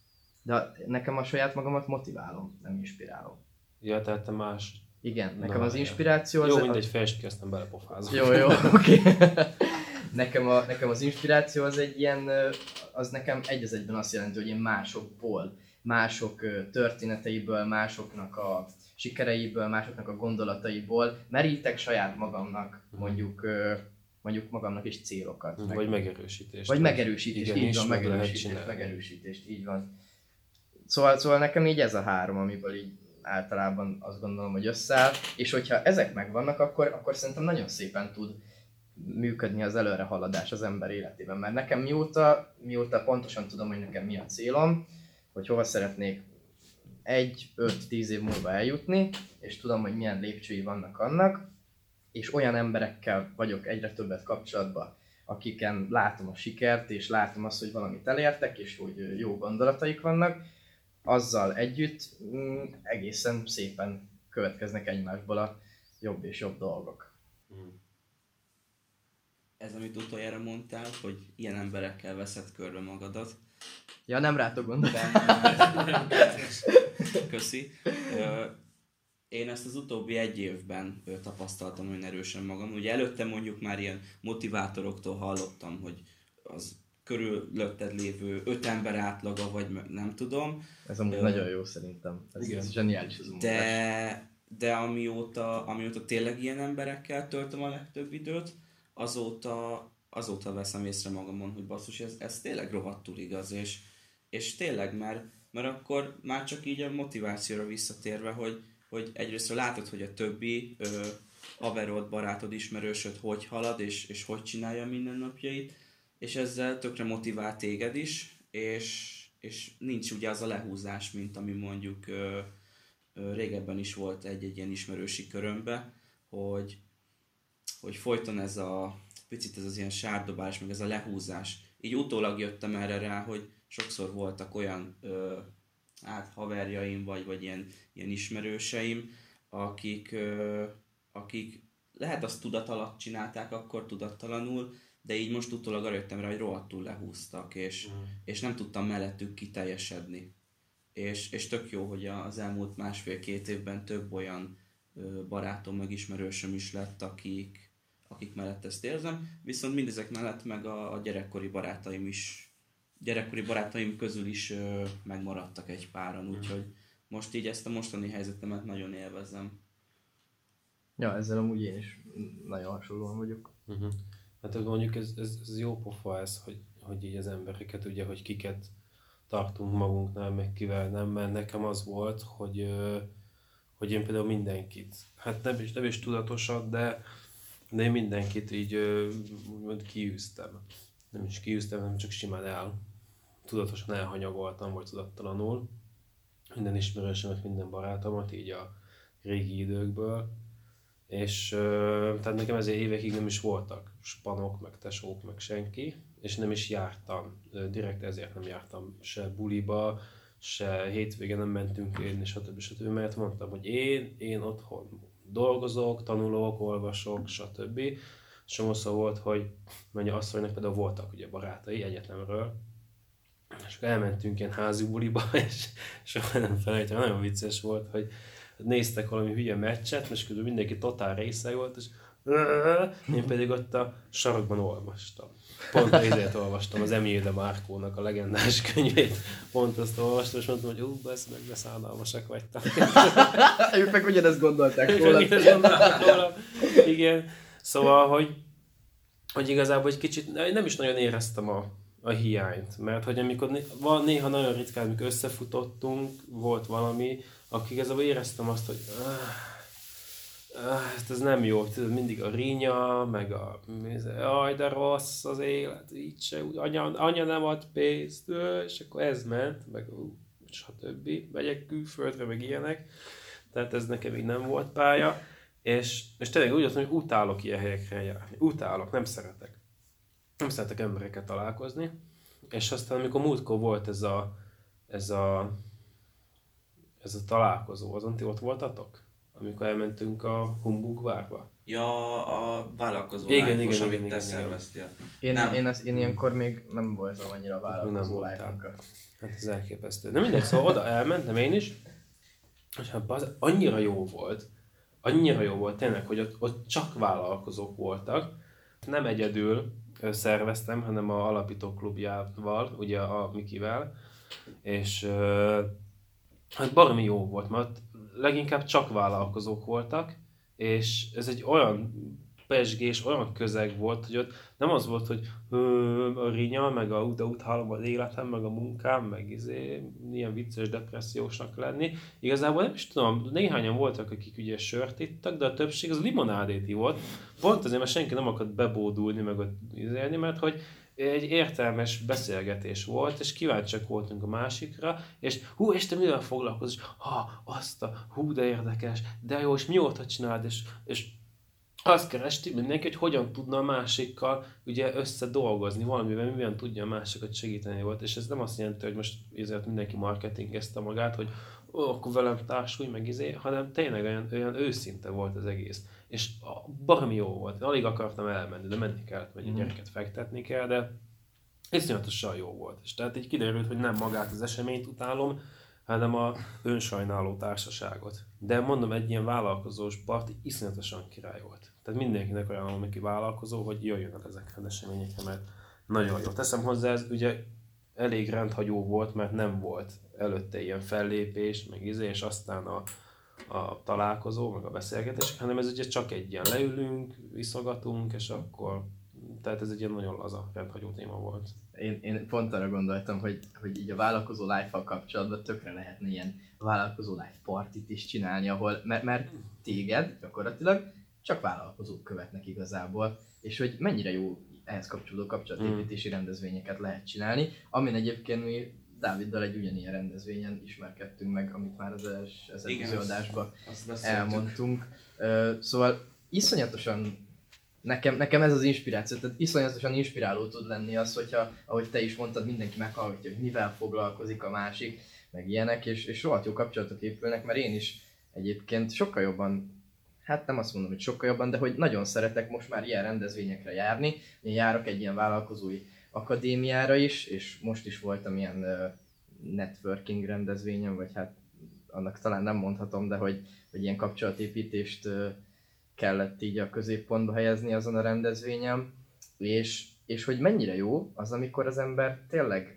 De nekem a saját magamat motiválom, nem inspirálom. Ja, tehát te más... Igen, nekem Na, az inspiráció az... Jó, mindegy, fejtsd ki, aztán belepofázom. Jó, jó, oké. Okay. Nekem, a, nekem az inspiráció az egy ilyen, az nekem egy az egyben azt jelenti, hogy én másokból, mások történeteiből, másoknak a sikereiből, másoknak a gondolataiból merítek saját magamnak, mondjuk, mondjuk magamnak is célokat. Vagy meg, megerősítést. Vagy megerősítést, igen, így van, megerősítést, megerősítést, így van. Szóval, szóval nekem így ez a három, amiből így általában azt gondolom, hogy összeáll, és hogyha ezek megvannak, akkor, akkor szerintem nagyon szépen tud működni az előrehaladás az ember életében. Mert nekem mióta, mióta pontosan tudom, hogy nekem mi a célom, hogy hova szeretnék egy, öt, tíz év múlva eljutni, és tudom, hogy milyen lépcsői vannak annak, és olyan emberekkel vagyok egyre többet kapcsolatban, akiken látom a sikert, és látom azt, hogy valamit elértek, és hogy jó gondolataik vannak, azzal együtt mm, egészen szépen következnek egymásból a jobb és jobb dolgok. Mm. Ez, amit utoljára mondtál, hogy ilyen emberekkel veszed körbe magadat. Ja, nem rátok gondoltam. Köszi. Én ezt az utóbbi egy évben tapasztaltam olyan erősen magam. Ugye előtte mondjuk már ilyen motivátoroktól hallottam, hogy az körülötted lévő öt ember átlaga, vagy nem tudom. Ez amúgy uh, nagyon jó szerintem. Ez, ez zseniális az de, de amióta, amióta tényleg ilyen emberekkel töltöm a legtöbb időt, azóta, azóta veszem észre magamon, hogy basszus, ez, ez tényleg rohadtul igaz, és, és tényleg, mert, mert akkor már csak így a motivációra visszatérve, hogy, hogy egyrészt látod, hogy a többi ö, haverod, barátod, ismerősöd hogy halad, és, és hogy csinálja minden napjait, és ezzel tökre motivál téged is, és, és nincs ugye az a lehúzás, mint ami mondjuk ö, ö, régebben is volt egy-egy ilyen ismerősi körömbe, hogy, hogy folyton ez a picit ez az ilyen sárdobás, meg ez a lehúzás. Így utólag jöttem erre rá, hogy sokszor voltak olyan ö, hát haverjaim, vagy, vagy ilyen, ilyen ismerőseim, akik, ö, akik lehet azt tudat alatt csinálták, akkor tudattalanul, de így most utólag arra jöttem rá, hogy rohadtul lehúztak, és, mm. és nem tudtam mellettük kiteljesedni. És, és tök jó, hogy az elmúlt másfél-két évben több olyan ö, barátom, meg ismerősöm is lett, akik, akik mellett ezt érzem, viszont mindezek mellett meg a, a gyerekkori barátaim is, gyerekkori barátaim közül is ö, megmaradtak egy páran, úgyhogy most így ezt a mostani helyzetemet nagyon élvezem. Ja, ezzel amúgy én is nagyon hasonlóan vagyok. Uh-huh. Hát mondjuk ez, ez, ez jó pofa ez, hogy, hogy így az embereket, ugye, hogy kiket tartunk magunknál, meg kivel nem, mert nekem az volt, hogy, hogy én például mindenkit, hát nem is, nem is tudatosan, de, de én mindenkit így úgymond kiűztem. Nem is kiűztem, hanem csak simán el, tudatosan elhanyagoltam, vagy tudattalanul. Minden ismerősemet, minden barátomat, így a régi időkből. És tehát nekem ezért évekig nem is voltak spanok, meg tesók, meg senki, és nem is jártam, direkt ezért nem jártam se buliba, se hétvégén nem mentünk én, stb. stb. Mert mondtam, hogy én, én otthon dolgozok, tanulok, olvasok, stb. Somószor volt, hogy mondja asszonynak például voltak ugye barátai egyetemről, és akkor elmentünk ilyen házi buliba, és soha nem felejtem, nagyon vicces volt, hogy néztek valami hülye meccset, és közül mindenki totál része volt, és én pedig ott a sarokban olvastam. Pont ezért olvastam az Emile de Marcónak a legendás könyvét. Pont azt olvastam, és mondtam, hogy ú, beszélj meg, de szánalmasak vagytok. Ők meg ugyanezt gondolták róla. Igen. Szóval, hogy, hogy igazából egy kicsit, nem is nagyon éreztem a, a hiányt. Mert hogy amikor van néha nagyon ritkán, amikor összefutottunk, volt valami, akkor igazából éreztem azt, hogy ah, ah, ez nem jó, mindig a rinya, meg a jaj, de rossz az élet, így se, anya, anya nem ad pénzt, és akkor ez ment, meg stb. Megyek külföldre, meg ilyenek, tehát ez nekem még nem volt pálya, és, és tényleg úgy voltam, hogy utálok ilyen helyekre járni, utálok, nem szeretek. Nem szeretek emberekkel találkozni, és aztán amikor múltkor volt ez a, ez a ez a találkozó, azon ti ott voltatok? Amikor elmentünk a Humbug várba? Ja, a vállalkozó igen, live-os, igen, amit igen, te igen, szerveztél. Én, én, ezt, én ilyenkor még nem voltam annyira vállalkozó live-okkal. Hát ez elképesztő. De mindegy, szóval oda elmentem én is, és hát az annyira jó volt, annyira jó volt tényleg, hogy ott, ott csak vállalkozók voltak. Nem egyedül szerveztem, hanem a alapító klubjával, ugye a Mikivel, és hát baromi jó volt, mert leginkább csak vállalkozók voltak, és ez egy olyan pezsgés, olyan közeg volt, hogy ott nem az volt, hogy a rinya, meg a de utálom az életem, meg a munkám, meg izé, ilyen vicces depressziósnak lenni. Igazából nem is tudom, néhányan voltak, akik ugye sört ittak, de a többség az limonádét volt. Pont azért, mert senki nem akart bebódulni, meg ott izélni, mert hogy egy értelmes beszélgetés volt, és kíváncsiak voltunk a másikra, és hú, és te mivel foglalkozol? Ha, azt a, hú, de érdekes, de jó, és mióta csinálod, és, és azt keresti mindenki, hogy hogyan tudna a másikkal ugye összedolgozni, valamivel mivel tudja a másikat segíteni volt, és ez nem azt jelenti, hogy most ezért mindenki marketingezte magát, hogy ó, akkor velem társulj, meg izé, hanem tényleg olyan, olyan őszinte volt az egész. És baromi jó volt. Alig akartam elmenni, de menni kellett, mert a gyereket fektetni kell, de iszonyatosan jó volt. És tehát így kiderült, hogy nem magát az eseményt utálom, hanem a önsajnáló társaságot. De mondom, egy ilyen vállalkozós parti iszonyatosan király volt. Tehát mindenkinek olyan, amiki vállalkozó, hogy jöjjön el ezekre az eseményekre, mert nagyon jó. Teszem hozzá, ez ugye elég rendhagyó volt, mert nem volt előtte ilyen fellépés, meg izé, és aztán a, a találkozó, meg a beszélgetések, hanem ez ugye csak egy ilyen leülünk, iszogatunk, és akkor tehát ez egy ilyen nagyon laza, rendhagyó téma volt. Én, én pont arra gondoltam, hogy, hogy így a vállalkozó life-val kapcsolatban tökre lehetne ilyen vállalkozó life partit is csinálni, ahol, mert, mert téged gyakorlatilag csak vállalkozók követnek igazából, és hogy mennyire jó ehhez kapcsolódó kapcsolatépítési rendezvényeket lehet csinálni, amin egyébként mi Dáviddal egy ugyanilyen rendezvényen ismerkedtünk meg, amit már az első adásban elmondtunk. Szóval iszonyatosan, nekem, nekem ez az inspiráció, tehát iszonyatosan inspiráló tud lenni az, hogyha, ahogy te is mondtad, mindenki meghallgatja, hogy mivel foglalkozik a másik, meg ilyenek, és, és rohadt jó kapcsolatok épülnek, mert én is egyébként sokkal jobban, hát nem azt mondom, hogy sokkal jobban, de hogy nagyon szeretek most már ilyen rendezvényekre járni. Én járok egy ilyen vállalkozói akadémiára is, és most is voltam ilyen uh, networking rendezvényen, vagy hát annak talán nem mondhatom, de hogy, hogy ilyen kapcsolatépítést uh, kellett így a középpontba helyezni azon a rendezvényen, és, és hogy mennyire jó az, amikor az ember tényleg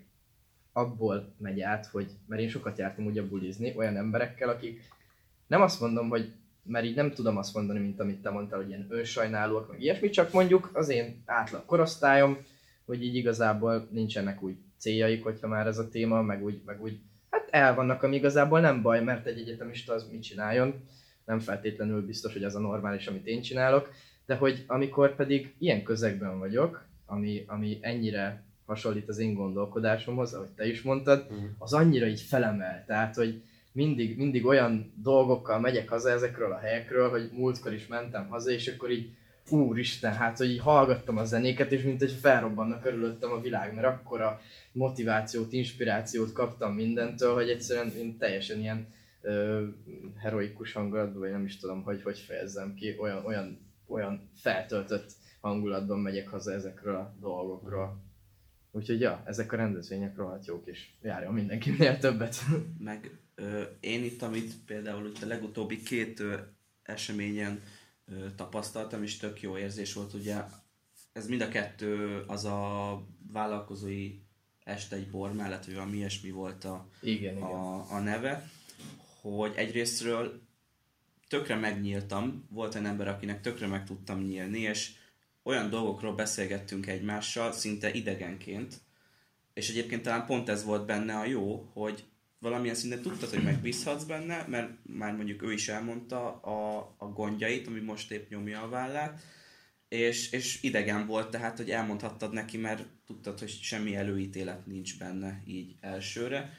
abból megy át, hogy, mert én sokat jártam ugye bulizni olyan emberekkel, akik nem azt mondom, hogy mert így nem tudom azt mondani, mint amit te mondtál, hogy ilyen önsajnálóak, meg ilyesmi, csak mondjuk az én átlag korosztályom, hogy így igazából nincsenek úgy céljaik, hogyha már ez a téma, meg úgy, meg úgy hát el vannak, ami igazából nem baj, mert egy egyetemista az mit csináljon, nem feltétlenül biztos, hogy az a normális, amit én csinálok, de hogy amikor pedig ilyen közegben vagyok, ami, ami ennyire hasonlít az én gondolkodásomhoz, ahogy te is mondtad, az annyira így felemel, tehát hogy mindig, mindig olyan dolgokkal megyek haza ezekről a helyekről, hogy múltkor is mentem haza, és akkor így úristen, hát hogy így hallgattam a zenéket, és mint hogy felrobbanna körülöttem a világ, mert akkora motivációt, inspirációt kaptam mindentől, hogy egyszerűen én teljesen ilyen ö, heroikus hangulatban, vagy nem is tudom, hogy hogy fejezzem ki, olyan, olyan, olyan feltöltött hangulatban megyek haza ezekről a dolgokról. Úgyhogy ja, ezek a rendezvények rohadt jók, és járjon mindenki minél többet. Meg ö, én itt, amit például itt a legutóbbi két ö, eseményen ö, tapasztaltam, és tök jó érzés volt, ugye ez mind a kettő az a vállalkozói este egy bor mellett, vagy valami ilyesmi volt a, igen, a, a neve, hogy egyrésztről tökre megnyíltam, volt egy ember, akinek tökre meg tudtam nyílni, és olyan dolgokról beszélgettünk egymással, szinte idegenként, és egyébként talán pont ez volt benne a jó, hogy valamilyen szinten tudtad, hogy megbízhatsz benne, mert már mondjuk ő is elmondta a, a gondjait, ami most épp nyomja a vállát, és, és idegen volt, tehát, hogy elmondhattad neki, mert tudtad, hogy semmi előítélet nincs benne így elsőre,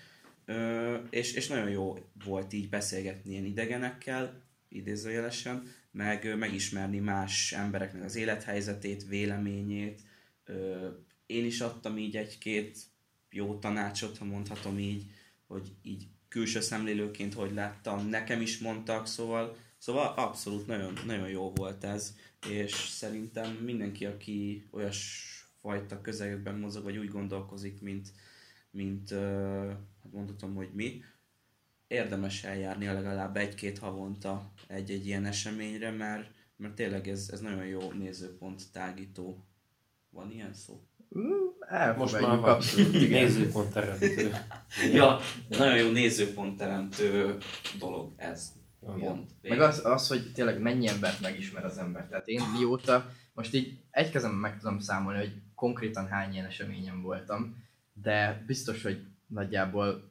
Ö, és, és nagyon jó volt így beszélgetni ilyen idegenekkel, idézőjelesen, meg megismerni más embereknek az élethelyzetét, véleményét. Én is adtam így egy-két jó tanácsot, ha mondhatom így, hogy így külső szemlélőként hogy láttam, nekem is mondtak, szóval, szóval abszolút nagyon, nagyon jó volt ez, és szerintem mindenki, aki olyasfajta közegekben mozog, vagy úgy gondolkozik, mint, mint hát mondhatom, hogy mi, érdemes eljárni legalább egy-két havonta egy-egy ilyen eseményre, mert, mert tényleg ez, ez nagyon jó nézőpont tágító. Van ilyen szó? Mm, Most már van. Nézőpont teremtő. Ja, nagyon jó nézőpont teremtő dolog ez. Pont. Meg az, az, hogy tényleg mennyi embert megismer az ember. Tehát én mióta, most így egy kezemben meg tudom számolni, hogy konkrétan hány ilyen eseményen voltam, de biztos, hogy nagyjából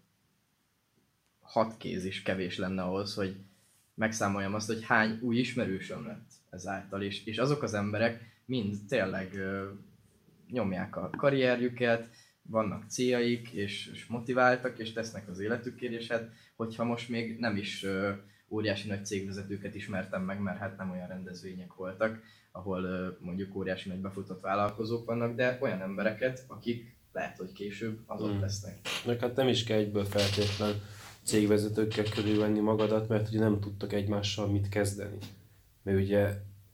hat kéz is kevés lenne ahhoz, hogy megszámoljam azt, hogy hány új ismerősöm lett ezáltal, és, és azok az emberek mind tényleg ö, nyomják a karrierjüket, vannak céljaik, és, és motiváltak, és tesznek az életükért, és hát hogyha most még nem is ö, óriási nagy cégvezetőket ismertem meg, mert hát nem olyan rendezvények voltak, ahol ö, mondjuk óriási nagy befutott vállalkozók vannak, de olyan embereket, akik lehet, hogy később azok hmm. lesznek. Meg hát nem is kell egyből feltétlen cégvezetőkkel körülvenni magadat, mert ugye nem tudtak egymással mit kezdeni. Mert ugye,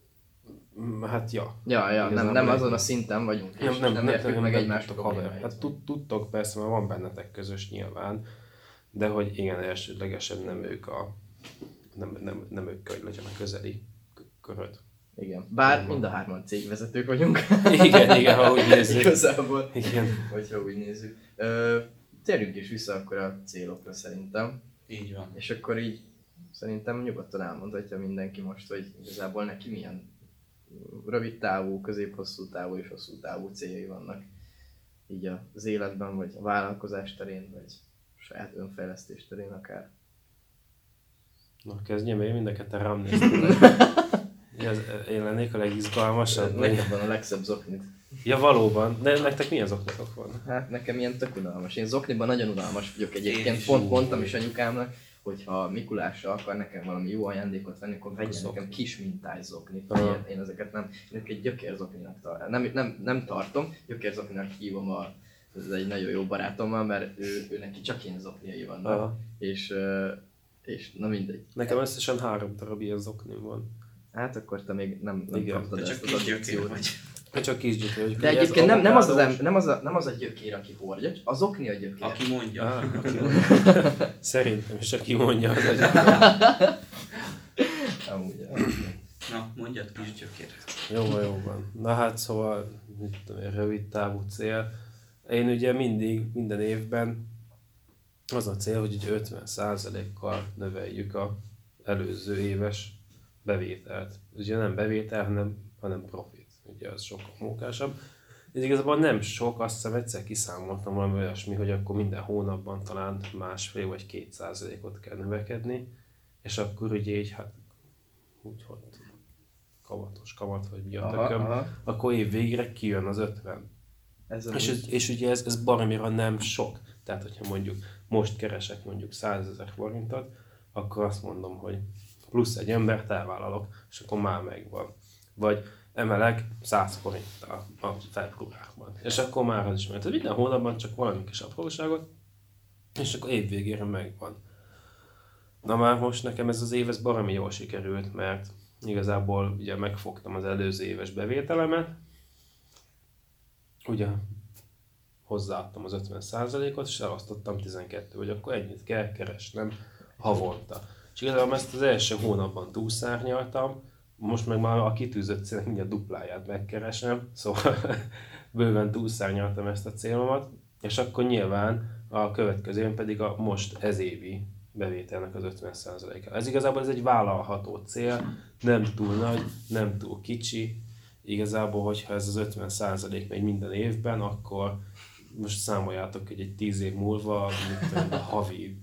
hát ja. Ja, ja, nem, nem azon a szinten vagyunk, és nem, nem, nem értük meg egymást a haver. Hát tudtok persze, mert van bennetek közös nyilván, de hogy igen, elsődlegesen nem ők a, nem, nem, nem ők kell, hogy legyen a közeli köröd. Igen, bár nem mind a hárman cégvezetők vagyunk. Igen, igen, ha úgy nézzük. Igazából, igen. Hogyha úgy nézzük. Ö, térjünk is vissza akkor a célokra szerintem. Így van. És akkor így szerintem nyugodtan elmondhatja mindenki most, hogy igazából neki milyen, rövid távú, közép-hosszú távú és hosszú távú céljai vannak. Így az életben, vagy a vállalkozás terén, vagy a saját önfejlesztés terén akár. Na kezdjem, én mind a ketten rám néztem. Én lennék a legizgalmasabb. Nekem van a legszebb zoknit. Ja valóban, de nektek milyen zoknitok van? Hát nekem ilyen tök unalmas. Én zokniban nagyon unalmas vagyok egyébként. is Pont úgy mondtam vagy. is anyukámnak, hogyha Mikulásra akar nekem valami jó ajándékot venni, akkor vegyen Zokni. nekem kis mintás zoknit. Aha. Ilyen, én ezeket nem, én egy gyökérzokninak tartom. Nem, nem, nem tartom, gyökérzokninak hívom a, ez egy nagyon jó barátommal, mert ő, ő neki csak ilyen zokniai vannak. Aha. És, ö, és na mindegy. Nekem összesen három darab ilyen zoknim van. Hát akkor te még nem, nem Igen, kaptad De ezt csak az kis gyökér addikciót. vagy. Én csak kis gyökér vagyok. De Ugye ez egyébként nem, nem, az az, avokádós- em- nem, az a, nem az a gyökér, aki hordja, az zokni a gyökér. Aki mondja. Ah, aki mondja. Szerintem is, aki mondja. Az a- Amúgy, ja. Na, mondjad kis gyökér. Jó van, jó van. Na hát szóval, mit tudom én, rövid távú cél. Én ugye mindig, minden évben az a cél, hogy ugye ötven százalékkal növeljük a előző éves bevételt. Ugye nem bevétel, hanem, hanem profit. Ugye az sokkal mókásabb. Ez igazából nem sok, azt hiszem egyszer kiszámoltam valami olyasmi, hogy akkor minden hónapban talán másfél vagy két százalékot kell növekedni, és akkor ugye így hát úgy, hogy kamatos kamat, vagy mi a Aha, tököm, aha. akkor év végre kijön az ötven. Ez És, ez, és ugye ez, ez baromira nem sok. Tehát, hogyha mondjuk most keresek mondjuk százezer forintot, akkor azt mondom, hogy plusz egy embert elvállalok, és akkor már megvan. Vagy emelek száz forinttal a februárban. És akkor már az is meg. Tehát minden hónapban csak valami kis apróságot, és akkor év végére megvan. Na már most nekem ez az év ez baromi jól sikerült, mert igazából ugye megfogtam az előző éves bevételemet, ugye hozzáadtam az ötven százalékot, és elosztottam tizenkettő, hogy akkor ennyit kell keresnem havonta. És igazából ezt az első hónapban túlszárnyaltam, most meg már a kitűzött célnak mindjárt dupláját megkeresem, szóval bőven túlszárnyaltam ezt a célomat, és akkor nyilván a következőn pedig a most ezévi bevételnek az ötven százaléka. Ez igazából ez egy vállalható cél, nem túl nagy, nem túl kicsi. Igazából, hogyha ez az ötven százalék megy minden évben, akkor most számoljátok, hogy egy tíz év múlva mit tudom, a havi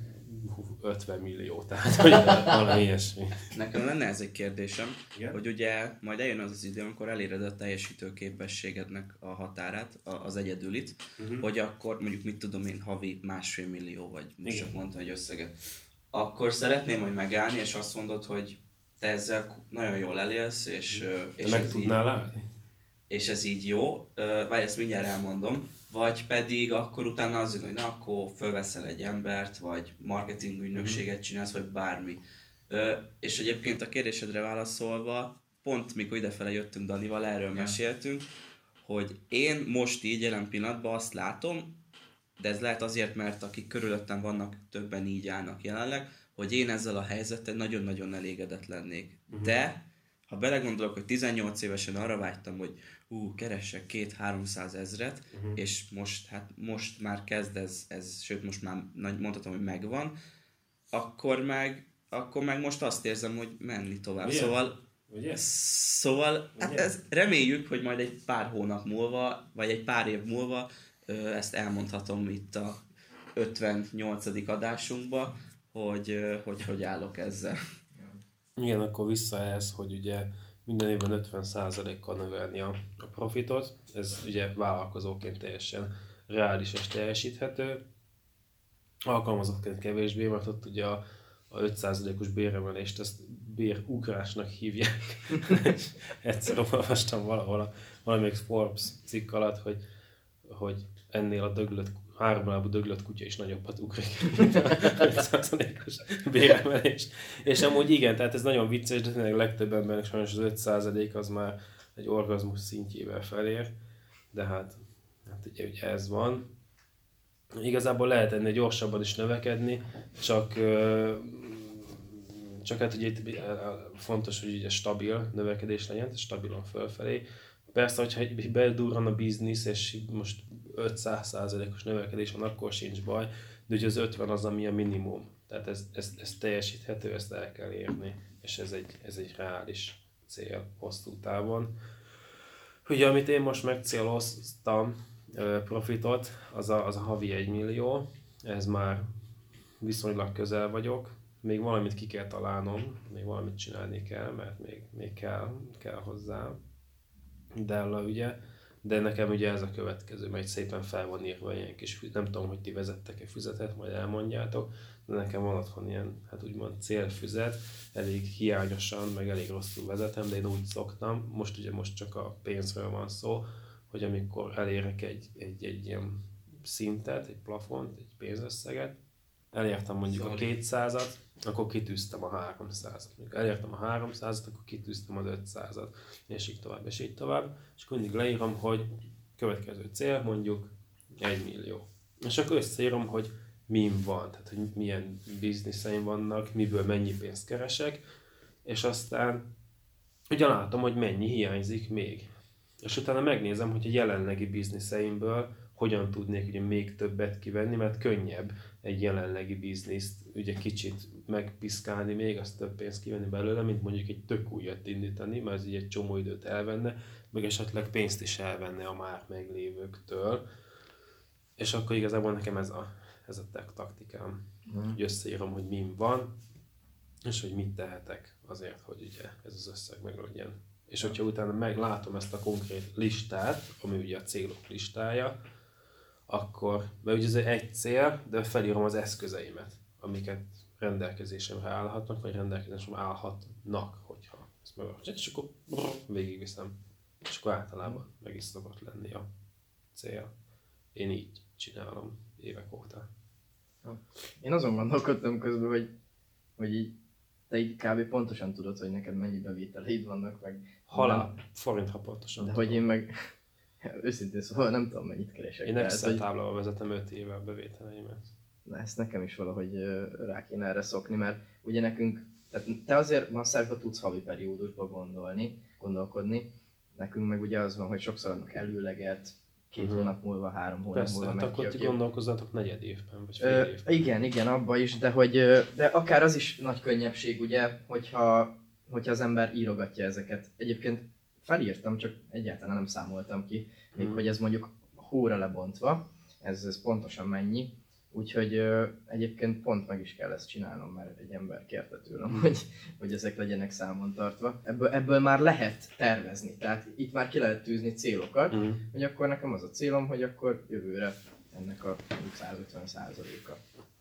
ötven millió, tehát hogy valami ilyesmi. Nekem lenne ez egy kérdésem, Igen? hogy ugye majd eljön az az idő, amikor eléred a teljesítő képességednek a határát, a- az egyedülit, Uh-huh. hogy akkor mondjuk mit tudom én, havi másfél millió, vagy most Igen. csak mondtam egy összeget. Akkor szeretném majd megállni, és azt mondod, hogy te ezzel nagyon jól elélsz, és, ö, Te és, meg ez így, tudnál állni? és ez így jó, Ö, vagy ezt mindjárt elmondom, vagy pedig akkor utána az jön, hogy na akkor fölveszel egy embert, vagy marketing ügynökséget csinálsz, vagy bármi. Ö, és egyébként a kérdésedre válaszolva, pont mikor idefele jöttünk Danival, erről meséltünk, hogy én most így jelen pillanatban azt látom, de ez lehet azért, mert akik körülöttem vannak, többen így állnak jelenleg, hogy én ezzel a helyzettel nagyon-nagyon elégedett lennék. Uh-huh. De, ha belegondolok, hogy tizennyolc évesen arra vágytam, hogy hú, keressek két-háromszáz ezret, uh-huh. és most, hát most már kezd ez, ez, sőt most már nagy- mondhatom, hogy megvan, akkor meg, akkor meg most azt érzem, hogy menni tovább. Ugye? Szóval Ugye? Szóval hát Ugye? ez, reméljük, hogy majd egy pár hónap múlva, vagy egy pár év múlva ö, ezt elmondhatom itt a ötvennyolcadik adásunkba, hogy, ö, hogy hogy állok ezzel. Igen, akkor vissza ehhez, hogy ugye minden évben ötven százalékkal növelni a, a profitot. Ez ugye vállalkozóként teljesen reális és teljesíthető. Alkalmazottként kevésbé, mert ott ugye a, a öt százalékos béremelést ezt bérugrásnak hívják. Egyszer olvastam valahol a, valamelyik Forbes cikk alatt, hogy, hogy ennél a döglött, háromlábú döglött kutya is nagyobbat ugrik, mint a öt százalékos béremelés. És amúgy igen, tehát ez nagyon vicces, de tényleg legtöbb embernek sajnos az öt százalék az már egy orgazmus szintjével felér, de hát, hát ugye, ugye ez van. Igazából lehet ennél gyorsabban is növekedni, csak, ö, csak hát ugye itt fontos, hogy ugye stabil növekedés legyen, stabilan fölfelé. Persze, hogyha egy bedurran a biznisz, és most ötszáz százalékos növekedés van, akkor sincs baj, de ugye az ötven az, ami a minimum. Tehát ez, ez, ez teljesíthető, ezt el kell érni, és ez egy, ez egy reális cél hosszú távon. Ugye, amit én most megcéloztam profitot, az a, az a havi egy millió, ez már viszonylag közel vagyok. Még valamit ki kell találnom, még valamit csinálni kell, mert még, még kell, kell hozzá. Della ugye, de nekem ugye ez a következő, mert szépen fel van írva ilyen kis, nem tudom, hogy ti vezettek-e füzetet, majd elmondjátok, de nekem van otthon ilyen, hát úgymond célfüzet, elég hiányosan, meg elég rosszul vezetem, de én úgy szoktam, most ugye most csak a pénzről van szó, hogy amikor elérek egy, egy, egy ilyen szintet, egy plafont, egy pénzösszeget, elértem mondjuk Zoli. a kétszázat, akkor kitűztem a háromszázat. Amikor elértem a háromszázat, akkor kitűztem az ötszázat, és így tovább, és így tovább. És akkor mindig leírom, hogy következő cél mondjuk egy millió. És akkor összeírom, hogy min van, tehát hogy milyen bizniszeim vannak, miből mennyi pénzt keresek, és aztán ugye látom, hogy mennyi hiányzik még. És utána megnézem, hogy a jelenlegi bizniszeimből hogyan tudnék ugye még többet kivenni, mert könnyebb egy jelenlegi bizniszt ugye kicsit megpiszkálni még, azt több pénzt kivenni belőle, mint mondjuk egy tök újat indítani, mert ez így egy csomó időt elvenne, meg esetleg pénzt is elvenne a már meglévőktől. És akkor igazából nekem ez a, ez a tech taktikám, mm. hogy összeírom, hogy min van, és hogy mit tehetek azért, hogy ugye ez az összeg meglegyen. És hogyha utána meglátom ezt a konkrét listát, ami ugye a célok listája, akkor, mert ugye ez egy cél, de felírom az eszközeimet, amiket rendelkezésemre állhatnak, vagy rendelkezésemre állhatnak, hogyha ezt meg és akkor végigviszem. És akkor általában meg is szokott lenni a cél. Én így csinálom évek óta. Én azon gondolkodtam közben, hogy, hogy így, te így kb. Pontosan tudod, hogy neked mennyi bevételeid vannak, meg... Halál, forint, ha pontosan de tudom. hogy én meg... Őszintén szóval nem tudom, mennyit keresek. Én Excel hogy... táblával vezetem öt éve a bevételeimet. Na, ezt nekem is valahogy rá kéne erre szokni, mert ugye nekünk, tehát te azért masszájba tudsz havi periódusba gondolni, gondolkodni, nekünk meg ugye az van, hogy sokszor adnak előleget, két uh-huh. hónap múlva, három hónap Persze, múlva hát meg akkor ki, ti gondolkozzatok negyed évben, vagy fél Ö, évben. Igen, igen, abba is, de hogy de akár az is nagy könnyebbség, ugye, hogyha, hogyha az ember írogatja ezeket. Egyébként felírtam, csak egyáltalán nem számoltam ki, még hmm. hogy ez mondjuk hóra lebontva, ez, ez pontosan mennyi. Úgyhogy ö, egyébként pont meg is kell ezt csinálnom, mert egy ember kérte tőlem, hmm. hogy, hogy ezek legyenek számon tartva. Ebből, ebből már lehet tervezni, tehát itt már ki lehet tűzni célokat, hmm. hogy akkor nekem az a célom, hogy akkor jövőre ennek a száz ötven százaléka.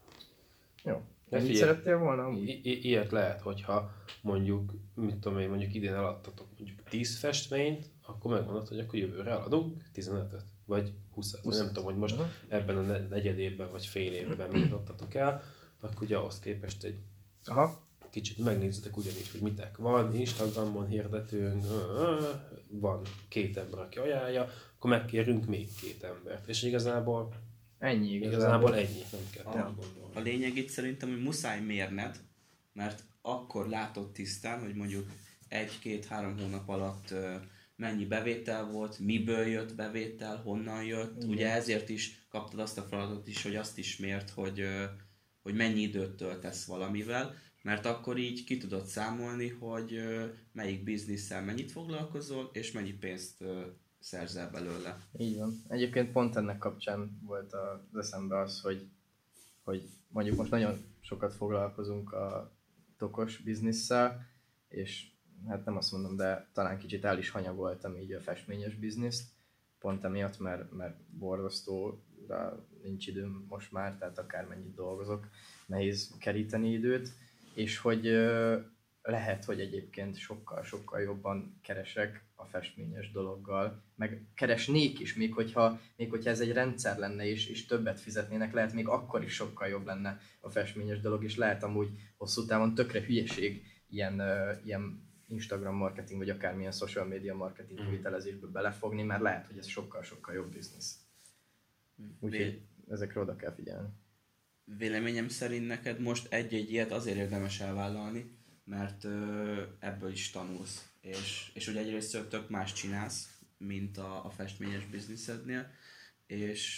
Jó. De mit szerettél volna? I- i- ilyet lehet, hogyha mondjuk, mit tudom én, mondjuk idén eladtatok mondjuk tíz festményt, akkor megmondod, hogy akkor jövőre eladunk tizenötöt, vagy húszat. húszat. Nem tudom, hogy most uh-huh. ebben a negyed évben, vagy fél évben mit adtatok el, akkor ugye ahhoz képest egy Aha. kicsit megnézzetek ugyanígy, hogy mitek van, Instagramon hirdetünk, van két ember, aki ajánlja, akkor megkérünk még két embert. És igazából ennyi igazából, igazából ennyi, nem kell a, a lényeg itt szerintem, hogy muszáj mérned, mert akkor látod tisztán, hogy mondjuk egy-két-három hónap alatt uh, mennyi bevétel volt, miből jött bevétel, honnan jött. Igen. Ugye ezért is kaptad azt a feladatot is, hogy azt is mért, hogy, uh, hogy mennyi időt töltesz valamivel, mert akkor így ki tudod számolni, hogy uh, melyik bizniszsel mennyit foglalkozol, és mennyi pénzt uh, szerzel belőle. Így van. Egyébként pont ennek kapcsán volt az eszembe az, hogy, hogy mondjuk most nagyon sokat foglalkozunk a tokos bizniszsel, és hát nem azt mondom, de talán kicsit el is hanyagoltam így a festményes bizniszt, pont emiatt, mert, mert borzasztóra nincs időm most már, tehát akármennyit dolgozok, nehéz keríteni időt, és hogy lehet, hogy egyébként sokkal-sokkal jobban keresek a festményes dologgal, meg keresnék is, még hogyha, még hogyha ez egy rendszer lenne és, és többet fizetnének, lehet még akkor is sokkal jobb lenne a festményes dolog, és lehet amúgy hosszú távon tökre hülyeség ilyen, uh, ilyen Instagram marketing, vagy akármilyen social media marketing mm. kivitelezésbe belefogni, mert lehet, hogy ez sokkal-sokkal jobb biznisz. Úgyhogy ezekre oda kell figyelni. Véleményem szerint neked most egy-egy ilyet azért érdemes elvállalni, mert ö, ebből is tanulsz, és, és ugye egyrészt tök más csinálsz, mint a, a festményes bizniszednél, és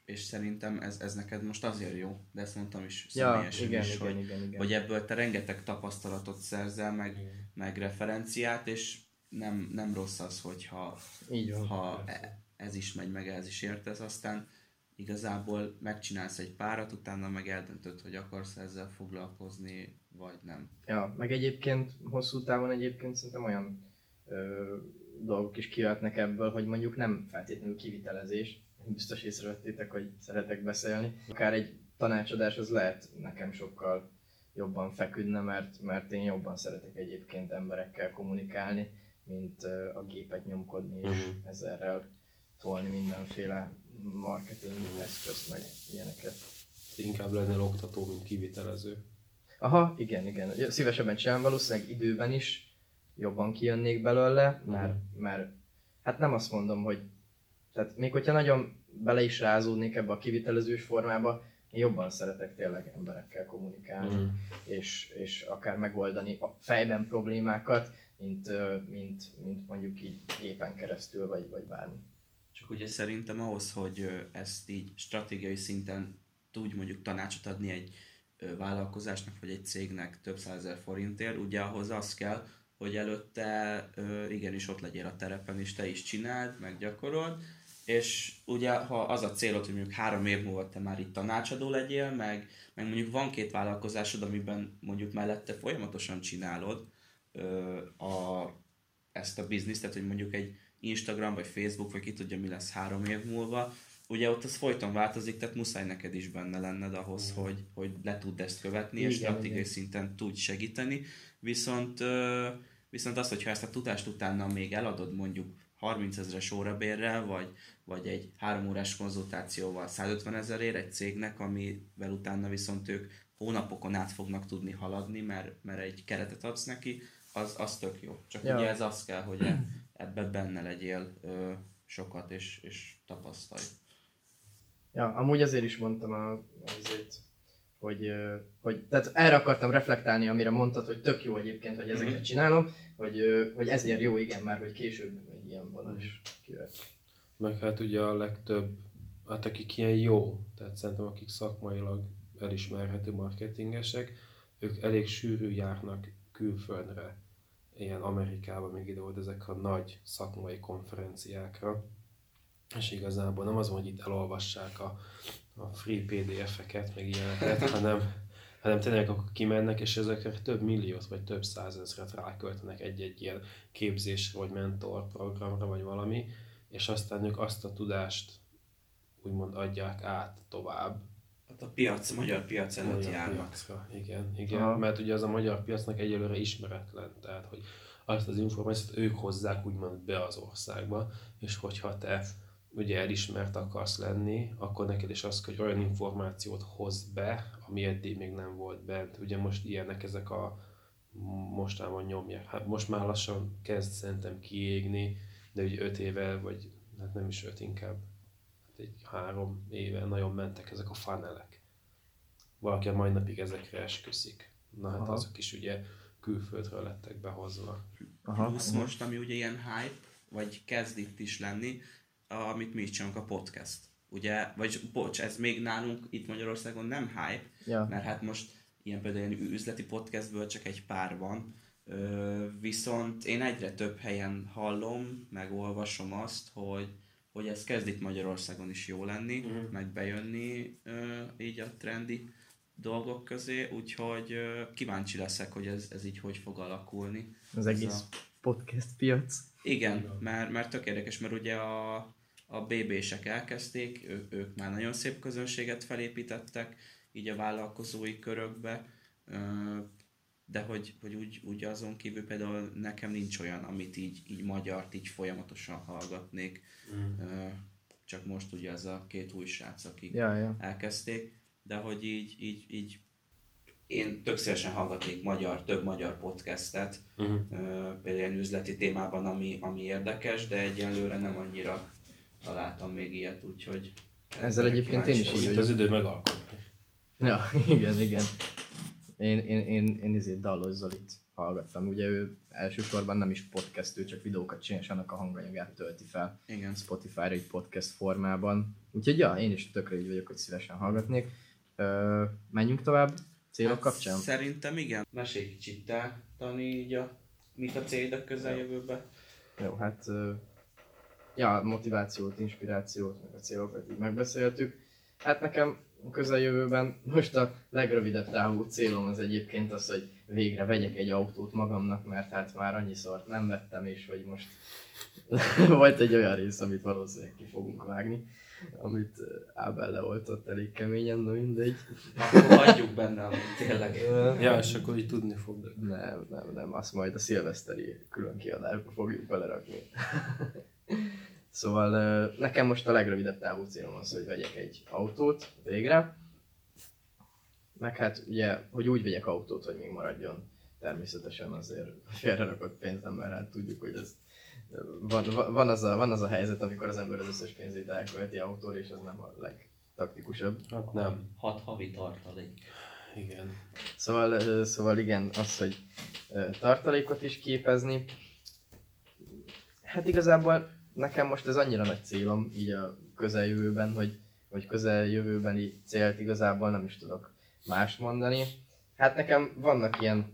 és szerintem ez, ez neked most azért jó, de ezt mondtam is Ja, személyesen igen, is, igen, hogy, igen, igen. hogy ebből te rengeteg tapasztalatot szerzel, meg, Igen. meg referenciát, és nem, nem rossz az, hogyha Így van. ha e- ez is megy, meg ez is értesz, aztán igazából megcsinálsz egy párat, utána meg eldöntöd, hogy akarsz ezzel foglalkozni, vagy nem. Ja, meg egyébként hosszú távon egyébként szerintem olyan ö, dolgok is kijöhetnek ebből, hogy mondjuk nem feltétlenül kivitelezés. Biztos észrevettétek, hogy szeretek beszélni. Akár egy tanácsadás az lehet nekem sokkal jobban feküdne, mert, mert én jobban szeretek egyébként emberekkel kommunikálni, mint ö, a gépet nyomkodni és Mhm. ezerrel tolni mindenféle marketing eszközt, meg ilyeneket. Inkább lennél oktató, mint kivitelező. Aha, igen, igen. Szívesebben csinálom, valószínűleg időben is jobban kijönnék belőle, mert, mert hát nem azt mondom, hogy tehát még hogyha nagyon bele is rázódnék ebbe a kivitelezős formába, én jobban szeretek tényleg emberekkel kommunikálni, Mhm. és, és akár megoldani a fejben problémákat, mint, ö, mint, mint mondjuk így gépen keresztül, vagy, vagy bármi. Csak ugye szerintem ahhoz, hogy ö, ezt így stratégiai szinten tudj mondjuk tanácsot adni egy ö, vállalkozásnak vagy egy cégnek több százezer forintért, ugye ahhoz az kell, hogy előtte ö, igenis ott legyél a terepen, és te is csináld, meg gyakorold, és ugye ha az a célod, hogy mondjuk három év múlva te már itt tanácsadó legyél, meg, meg mondjuk van két vállalkozásod, amiben mondjuk mellette folyamatosan csinálod ö, a, ezt a bizniszt, tehát hogy mondjuk egy Instagram vagy Facebook, vagy ki tudja mi lesz három év múlva, ugye ott az folyton változik, tehát muszáj neked is benne lenned ahhoz, mm. hogy, hogy le tudd ezt követni, és Igen, stratégiai igen. szinten tudj segíteni, viszont, ö, viszont az, hogyha ezt a tudást utána még eladod mondjuk harmincezres órabérrel, vagy, vagy egy három órás konzultációval százötven ezerért egy cégnek, amivel utána viszont ők hónapokon át fognak tudni haladni, mert, mert egy keretet adsz neki, az, az tök jó. Csak Ja. ugye ez az kell, hogy e- ebben benne legyél ö, sokat, és, és tapasztalj. Ja, amúgy azért is mondtam a, azért, hogy, ö, hogy tehát erre akartam reflektálni, amire mondtad, hogy tök jó egyébként, hogy ezeket Mhm. csinálom, hogy, ö, hogy ezért jó, igen, már hogy később egy ilyen vonal is kijöhet. Meg hát ugye a legtöbb, hát akik ilyen jó, tehát szerintem akik szakmailag elismerhető marketingesek, ők elég sűrű járnak külföldre, ilyen Amerikába, még ide volt ezek a nagy szakmai konferenciákra, és igazából nem az, hogy itt elolvassák a, a free pé dé ef-eket, meg ilyeneket, hanem, hanem tényleg akkor kimennek, és ezekre több milliót vagy több százezret ráköltenek egy-egy ilyen képzésre, vagy mentor programra, vagy valami, és aztán ők azt a tudást úgymond adják át tovább. Hát a piac, a magyar piac előtt Magyar járnak. piacra. Igen, igen. Aha. Mert ugye az a magyar piacnak egyelőre ismeretlen, tehát hogy azt az információt ők hozzák úgymond be az országba, és hogyha te ugye elismert akarsz lenni, akkor neked is az, hogy olyan információt hozz be, ami eddig még nem volt bent. Ugye most ilyenek ezek a mostában nyomják. Hát most már lassan kezd szerintem kiégni, de ugye öt éve, vagy hát nem is öt, inkább hát egy három éve nagyon mentek ezek a funnelek. Valaki a mai napig ezekre esküszik. Na hát Aha. azok is ugye külföldről lettek behozva. Aha, Plusz aha. most, ami ugye ilyen hype, vagy kezd itt is lenni, amit mi is csinálunk, a podcast. Ugye, vagy bocs, ez még nálunk itt Magyarországon nem hype, Ja. mert hát most ilyen például ilyen üzleti podcastből csak egy pár van, Ö, viszont én egyre több helyen hallom, meg olvasom azt, hogy, hogy ez kezd itt Magyarországon is jó lenni, Mhm. meg bejönni ö, így a trendi dolgok közé, úgyhogy ö, kíváncsi leszek, hogy ez, ez így hogy fog alakulni. Az Ez egész a- podcast piac. Igen, Igen. mert, mert tök érdekes, mert ugye a, a bé bé-sek elkezdték, ő, ők már nagyon szép közönséget felépítettek, így a vállalkozói körökbe, ö, de hogy, hogy úgy, úgy azon kívül például nekem nincs olyan, amit így, így magyart így folyamatosan hallgatnék, Mm. ö, csak most ugye ez a két új srác, akik Ja, ja. elkezdték, de hogy így, így, így én tök szívesen hallgatnék magyar, több magyar podcastet, Mhm. Ö, például ilyen üzleti témában, ami, ami érdekes, de egyelőre nem annyira találtam még ilyet, úgyhogy... Ezzel egyébként én is kíváncsi így vagyok. Itt az idő megalkotni. Ja, igen, igen. Én, én, én, én ezért Dallos Zolit hallgattam. Ugye ő elsősorban nem is podcastő, csak videókat csinál, és annak a hanganyagát tölti fel Igen. Spotify-ra egy podcast formában. Úgyhogy ja, én is tökre így vagyok, hogy szívesen hallgatnék. Ö, menjünk tovább célok Hát kapcsán? Szerintem igen. Mesélj kicsit te, Dani, így a, mit a céld a közeljövőben? Jó, hát ö, ja, motivációt, inspirációt, meg a célokat így megbeszéltük. Hát nekem a közeljövőben most a legrövidebb távú célom az egyébként az, hogy végre vegyek egy autót magamnak, mert hát már annyiszor nem vettem, és hogy most volt egy olyan rész, amit valószínűleg ki fogunk vágni, amit Ábel leoltott elég keményen, no mindegy. Akkor hagyjuk benne, amit tényleg. Ja, és akkor így tudni fog. Nem, nem, nem, azt majd a szilveszteri külön kiadásba fogjuk belerakni. Szóval nekem most a legrövidebb távú célom az, hogy vegyek egy autót végre. Meg hát ugye, hogy úgy vegyek autót, hogy még maradjon természetesen azért félrerakott pénzem, mert hát tudjuk, hogy ez van, van, az a, van az a helyzet, amikor az ember az összes pénzét elkölti autóra, és az nem a legtaktikusabb. Hát nem. Hat havi tartalék. Igen. Szóval, szóval igen, az, hogy tartalékot is képezni. Hát igazából nekem most ez annyira nagy célom így a közeljövőben, hogy, hogy közeljövőbeni célt igazából nem is tudok más mondani. Hát nekem vannak ilyen,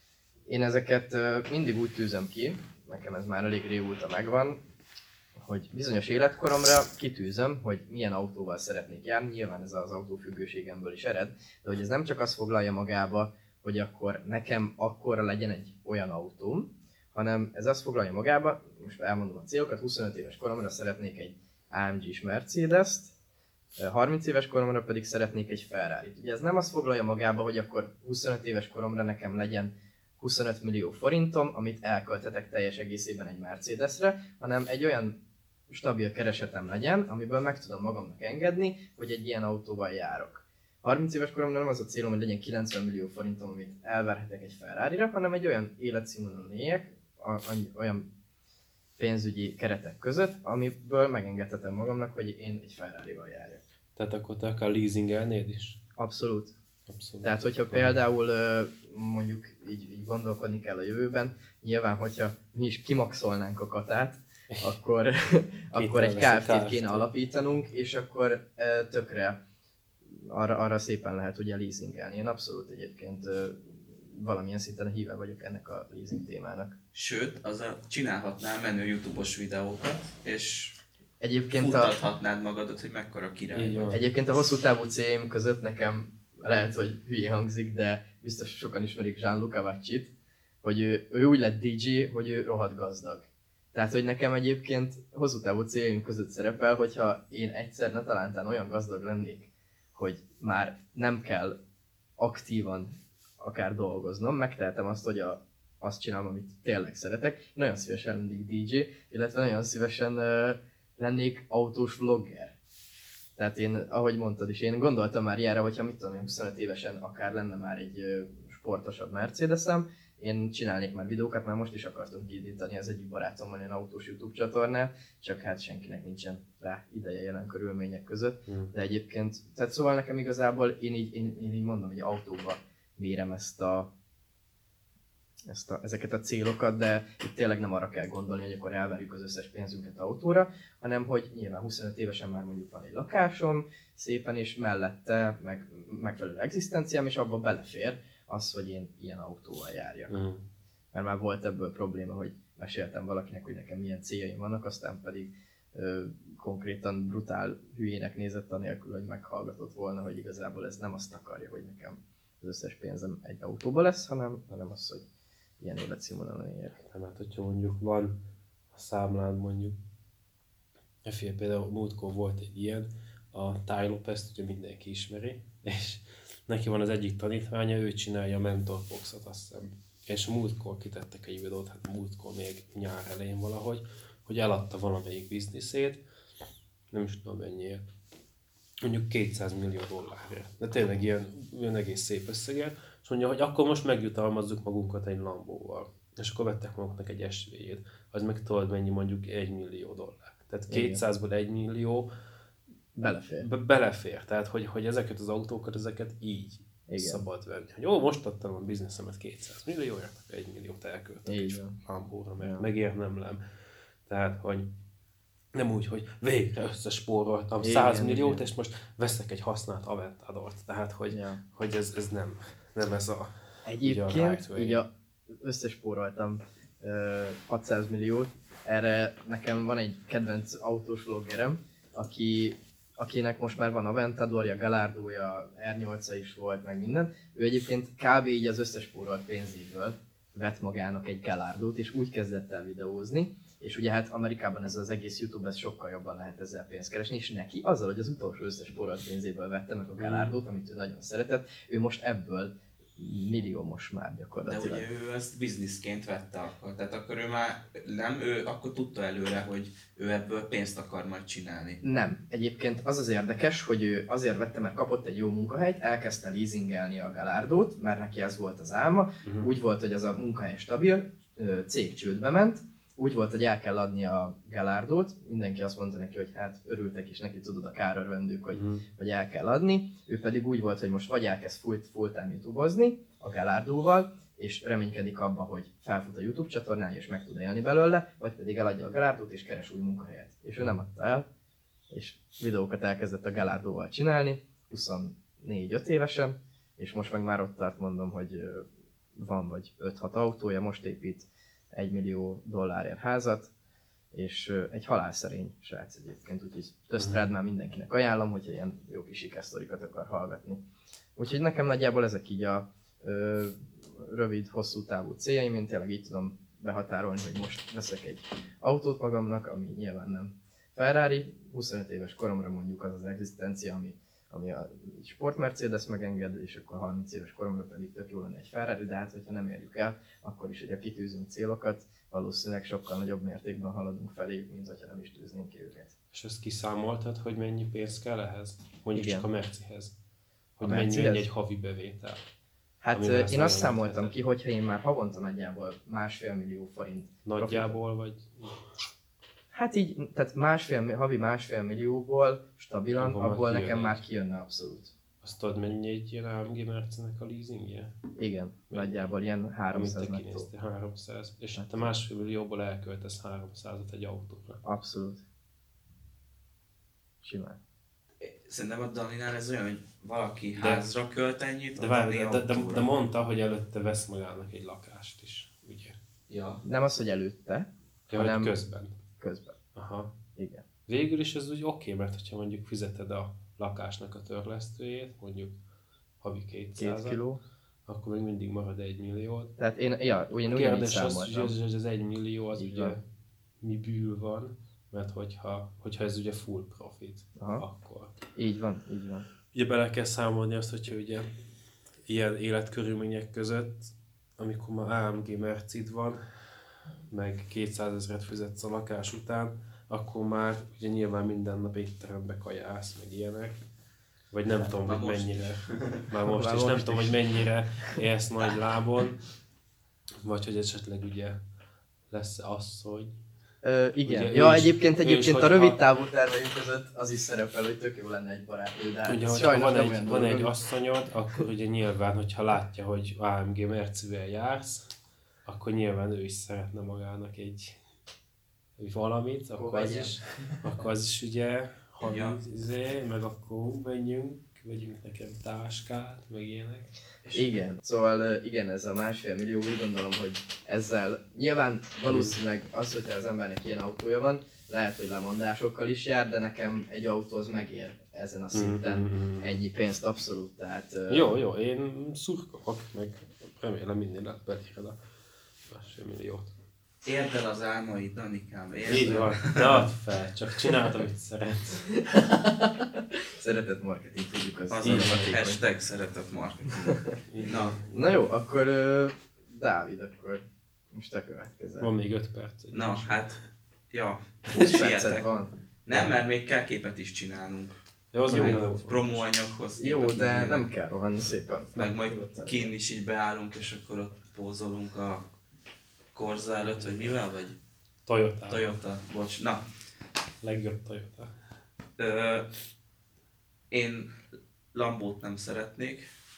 én ezeket mindig úgy tűzöm ki, nekem ez már elég régóta megvan, hogy bizonyos életkoromra kitűzöm, hogy milyen autóval szeretnék járni, nyilván ez az autófüggőségemből is ered, de hogy ez nem csak azt foglalja magába, hogy akkor nekem akkorra legyen egy olyan autóm, hanem ez azt foglalja magába, most elmondom a célokat, huszonöt éves koromra szeretnék egy á em gés Mercedes-t, harminc éves koromra pedig szeretnék egy Ferrari-t. Ugye ez nem azt foglalja magába, hogy akkor huszonöt éves koromra nekem legyen huszonöt millió forintom, amit elköltetek teljes egészében egy Mercedesre, hanem egy olyan stabil keresetem legyen, amiből meg tudom magamnak engedni, hogy egy ilyen autóval járok. harminc éves koromra nem az a célom, hogy legyen kilencven millió forintom, amit elverhetek egy Ferrari-ra, hanem egy olyan életszínvonalon éljek, olyan pénzügyi keretek között, amiből megengedhetem magamnak, hogy én egy Ferrari-val járjak. Tehát akkor te akár leasingelnéd is? Abszolút. Abszolút. Tehát, hogyha például mondjuk így, így gondolkodni kell a jövőben, nyilván, hogyha mi is kimaxolnánk a katát, akkor, akkor egy ká ef té-t kéne alapítanunk, és akkor tökre arra, arra szépen lehet ugye leasingelni. Én abszolút egyébként valamilyen szinten híve vagyok ennek a leasing témának. Sőt, az a, csinálhatnál menő YouTube-os videókat, és egyébként futtathatnád a, magadat, hogy mekkora király vagy. Egyébként a hosszú távú céljaim között nekem lehet, hogy hülye hangzik, de biztos sokan ismerik Gianluca Vaccit, hogy ő, ő úgy lett dé dzsé, hogy ő rohadt gazdag. Tehát, hogy nekem egyébként hosszú távú céljaim között szerepel, hogyha én egyszer ne talántán olyan gazdag lennék, hogy már nem kell aktívan akár dolgoznom, megtehetem azt, hogy a, azt csinálom, amit tényleg szeretek. Nagyon szívesen lennék dé dzsé, illetve nagyon szívesen uh, lennék autós vlogger. Tehát én, ahogy mondtad is, én gondoltam már ilyenre, hogyha mit tudom én, huszonöt évesen akár lenne már egy uh, sportosabb Mercedesem, én csinálnék már videókat, már most is akartunk kiindítani az egyik barátommal ilyen autós YouTube csatornát, csak hát senkinek nincsen rá ideje jelen körülmények között. Mm. De egyébként, tehát szóval nekem igazából én így, én, én így mondom, hogy autóba mérem ezt a, ezt a, ezeket a célokat, de itt tényleg nem arra kell gondolni, hogy akkor elverjük az összes pénzünket autóra, hanem hogy nyilván huszonöt évesen már mondjuk van egy lakásom, szépen és mellette meg, megfelelő egzisztenciám, és abban belefér az, hogy én ilyen autóval járjak. Mm. Mert már volt ebből probléma, hogy meséltem valakinek, hogy nekem milyen céljaim vannak, aztán pedig ö, konkrétan brutál hülyének nézett anélkül, hogy meghallgatott volna, hogy igazából ez nem azt akarja, hogy nekem az összes pénzem egy autóba lesz, hanem, hanem az, hogy ilyen életszínvonalon éljek. Nem, hát hogyha mondjuk van a számlád mondjuk, Fél például múltkor volt egy ilyen, a Ty Lopez-t ugye mindenki ismeri, és neki van az egyik tanítványa, ő csinálja a mentorboxot, azt hiszem. És múltkor kitettek egy videót, hát múltkor még nyár elején valahogy, hogy eladta valamelyik bizniszét, nem is tudom mennyiért, mondjuk kétszáz millió dollárért. De tényleg ilyen, ilyen egész szép összeget, és mondja, hogy akkor most megjutalmazzuk magunkat egy Lambóval. És akkor vettek maguknak egy es vé-jét, az meg tudod mennyi, mondjuk egy millió dollár. Tehát kétszázból egy millió belefér. Be- belefér. Tehát, hogy, hogy ezeket az autókat, ezeket így szabad venni. Hogy jó, most adtam a bizniszemet kétszáz millióért, akkor egy milliót elköltök Így is van. Lambóra, mert Ja. megérdemlem. Tehát, hogy nem úgy, hogy végre összespóroltam Igen, száz milliót, igen. és most veszek egy használt Aventadort. Tehát, hogy, Ja. hogy ez, ez nem, nem ez a... ugye a Egyébként right way. így a, összespóroltam uh, hatszáz milliót, erre nekem van egy kedvenc autós vloggerem, aki, akinek most már van Aventadorja, Gallardója, er nyolca is volt, meg minden. Ő egyébként kb. Így az összespórolt pénzéből vett magának egy Gallardót, és úgy kezdett el videózni, és ugye hát Amerikában ez az egész YouTube, ez sokkal jobban lehet ezzel pénzt keresni, és neki azzal, hogy az utolsó összespórolt pénzéből vette meg a Gallardót, amit ő nagyon szeretett, ő most ebből milliómos már De gyakorlatilag. ugye ő ezt bizniszként vette akkor, tehát akkor ő már nem, ő akkor tudta előre, hogy ő ebből pénzt akar majd csinálni. Nem. Egyébként az az érdekes, hogy ő azért vette, mert kapott egy jó munkahelyt, elkezdte leasingelni a Gallardót, mert neki ez volt az álma. Uh-huh. Úgy volt, hogy az a munkahely stabil, ö, cég csődbe ment, úgy volt, hogy el kell adni a Gallardót, mindenki azt mondta neki, hogy hát örültek is neki, tudod, a kárörvendők, hogy, Uh-huh. hogy el kell adni. Ő pedig úgy volt, hogy most vagy elkezd full, full-time YouTube-ozni a Gallardóval, és reménykedik abban, hogy felfut a YouTube csatornája és meg tud élni belőle, vagy pedig eladja a Gallardót és keres új munkahelyet. És ő nem adta el, és videókat elkezdett a Gallardóval csinálni, huszonnégy-öt évesen, és most meg már ott tart, mondom, hogy ö, van vagy öt-hat autója, most épít egy millió dollárért házat, és ö, egy halálszerény srác egyébként, úgyhogy Tösztrád már mindenkinek ajánlom, hogyha ilyen jó kis sikersztorikat akar hallgatni. Úgyhogy nekem nagyjából ezek így a ö, rövid, hosszú távú céljaim, én tényleg így tudom behatárolni, hogy most veszek egy autót magamnak, ami nyilván nem Ferrari, huszonöt éves koromra mondjuk az az egzisztencia, ami, ami a sport Mercedes megenged, és akkor harminc éves koromra pedig tök jó lenne egy Ferrari, de hát hogyha nem érjük el, akkor is, hogyha kitűzünk célokat, valószínűleg sokkal nagyobb mértékben haladunk felé, mint hogyha nem is tűznénk ki őket. És ezt kiszámoltad, hogy mennyi pénz kell ehhez? Mondjuk Igen. csak a Mercihez. Hogy A mennyi, Mercihez? mennyi egy havi bevétel. Hát Amivel ö, ezt én azt nagyon számoltam lehet. ki, hogyha én már havonta nagyjából másfél millió forint Nagyjából, vagy Hát így, tehát másfél, havi másfél millióból stabilan, Abból már abból kijön nekem egy. már kijönne abszolút. azt tudod mennyi egy ilyen á em gé Mercinek a leasingje? Igen, nagyjából ilyen Amit háromszáz te nettó. kinéztél, háromszáz. És Hát te másfél millióból elköltesz háromszázat egy autóra. Abszolút. Simán. Szerintem a Daninál ez olyan, hogy valaki De- házra költ ennyit, De, a várj, Dani de, de, autóra. de mondta, hogy előtte vesz magának egy lakást is, ugye? Ja. Nem az, hogy előtte, Ja, Hanem- hogy közben. közben. Aha. Igen. Végül is ez úgy oké, mert hogyha mondjuk fizeted a lakásnak a törlesztőjét, mondjuk havi Két kétszázat, kiló. akkor még mindig marad egy millió. Tehát én, ja, én ugyanígy Kérdés az, számoltam. hogy ez, ez egy millió az Így ugye van. miből van, mert hogyha, hogyha ez ugye full profit, Aha. akkor. Így van, így van. Ugye bele kell számolni azt, hogyha ugye ilyen életkörülmények között, amikor már á em gé Mercid van, meg kétszázezret fizetsz a lakás után, akkor már ugye nyilván minden nap étterembe kajálsz, meg ilyenek. Vagy nem tudom, már hogy most mennyire. Már most Már is, nem most tudom, is. hogy mennyire élsz nagy lábon. Vagy hogy esetleg ugye lesz asszony. Ö, igen. Ugye Ja, ő is- egyébként, ő is, egyébként a hogyha- rövid távú terveim között az is szerepel, hogy tök jó lenne egy barátnő, de hát Ugye, ez hogyha sajnos van nem egy, olyan van dolog. egy asszonyod, akkor ugye nyilván, hogyha látja, hogy á em gé Mercivel jársz, akkor nyilván ő is szeretne magának egy, egy valamit, akkor az, vegyen. is, akkor az is ugye havi, Ja. izé, meg akkor menjünk, vegyünk nekem táskát, meg ilyenek. Igen, szóval ö, igen, ez a másfél millió, úgy gondolom, hogy ezzel nyilván valószínűleg az, hogyha az embernek ilyen autója van, lehet, hogy lemondásokkal is jár, de nekem egy autó az megér ezen a szinten Mhm. ennyi pénzt abszolút, tehát... ö, Jó, jó, én szurkolok, meg remélem minél beléred a másfél milliót. Érd el az álmaid, Danikám, érd Így el. van, de add fel, csak csináld, amit szeretsz. Szeretett marketing, tudjuk az. Az így a hatékony. hashtag szeretett marketing. Na, Na jó, akkor ö, Dávid, akkor most te következel. Van még öt perc. na, hát, ja, húsz percet sietek. van. Nem, mert még kell képet is csinálunk. Jó, az Jó. még nem Promóanyaghoz. Jó, képet de meg nem kell rohanni szépen. Meg majd kint is így beállunk, és akkor ott pózolunk a Corsa előtt, vagy mivel, vagy Toyota. Toyota, bocs. Na, Legjobb Toyota. ö, én Lambót nem szeretnék,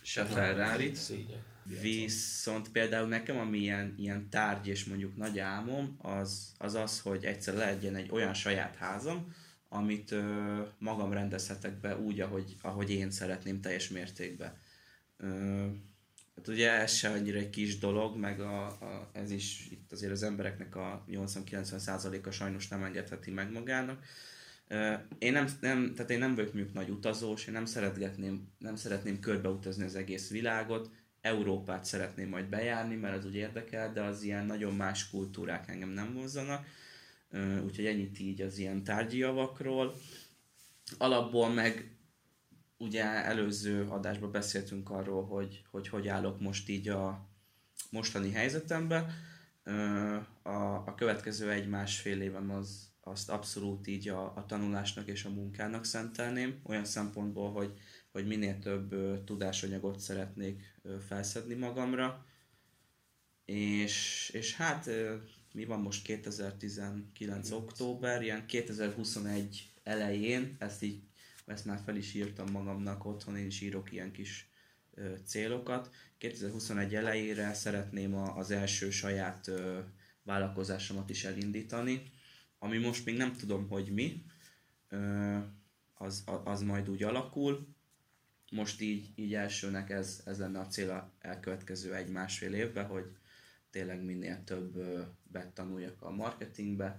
se Ferrari-t. Szégyen. Viszont például nekem, ami ilyen, ilyen tárgy és mondjuk nagy álmom, az az, az hogy egyszer legyen egy olyan saját házam, amit ö, magam rendezhetek be úgy, ahogy, ahogy én szeretném teljes mértékben. Ö, hát ugye ez se annyira egy kis dolog, meg a, a, ez is itt azért az embereknek a nyolcvan-kilencven százaléka sajnos nem engedheti meg magának. Ö, én nem, nem, tehát én nem vagyok mondjuk nagy utazós, én nem szeretném, nem szeretném körbeutazni az egész világot, Európát szeretném majd bejárni, mert az úgy érdekel, de az ilyen nagyon más kultúrák engem nem vonzanak. Úgyhogy ennyit így az ilyen tárgyi javakról. Alapból meg ugye előző adásban beszéltünk arról, hogy hogy, hogy állok most így a mostani helyzetemben. A, a következő egy-másfél évem az, azt abszolút így a, a tanulásnak és a munkának szentelném. Olyan szempontból, hogy hogy minél több ö, tudásanyagot szeretnék ö, felszedni magamra. És, és hát ö, mi van most kétezer-tizenkilenc október, ilyen kétezer-huszonegy elején, ezt így ezt már fel is írtam magamnak otthon, én is írok ilyen kis ö, célokat. kétezer-huszonegy elejére szeretném a, az első saját ö, vállalkozásomat is elindítani, ami most még nem tudom, hogy mi, ö, az, az majd úgy alakul. Most így, így elsőnek ez, ez lenne a cél a elkövetkező egy-másfél évben, hogy tényleg minél több betanuljak a marketingbe,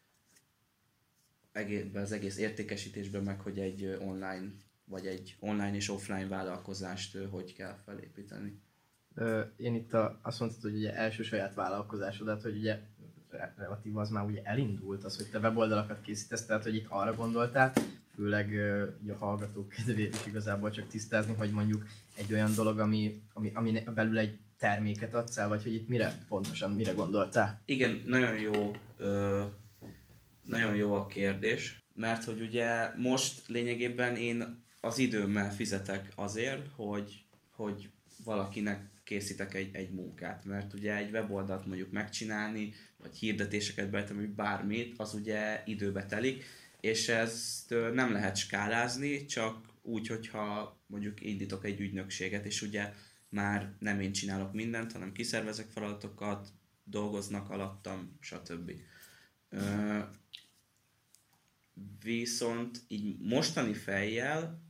az egész értékesítésben, meg hogy egy online, vagy egy online és offline vállalkozást hogy kell felépíteni. Én itt a, azt mondtad, hogy ugye első saját vállalkozásodat, hogy ugye relatív az már ugye elindult az, hogy te weboldalakat készítesz, tehát hogy itt arra gondoltál, főleg uh, a hallgatók kedvéért is igazából csak tisztázni, hogy mondjuk egy olyan dolog, ami, ami, ami belül egy terméket adsz el, vagy hogy itt mire pontosan, mire gondoltál? Igen, nagyon jó, ö, nagyon jó a kérdés, mert hogy ugye most lényegében én az időmmel fizetek azért, hogy, hogy valakinek készítek egy, egy munkát, mert ugye egy weboldalt mondjuk megcsinálni, vagy hirdetéseket betenni, bármit, az ugye időbe telik, és ezt nem lehet skálázni, csak úgy, hogyha mondjuk indítok egy ügynökséget, és ugye már nem én csinálok mindent, hanem kiszervezek feladatokat, dolgoznak alattam, stb. Ö, viszont így mostani fejjel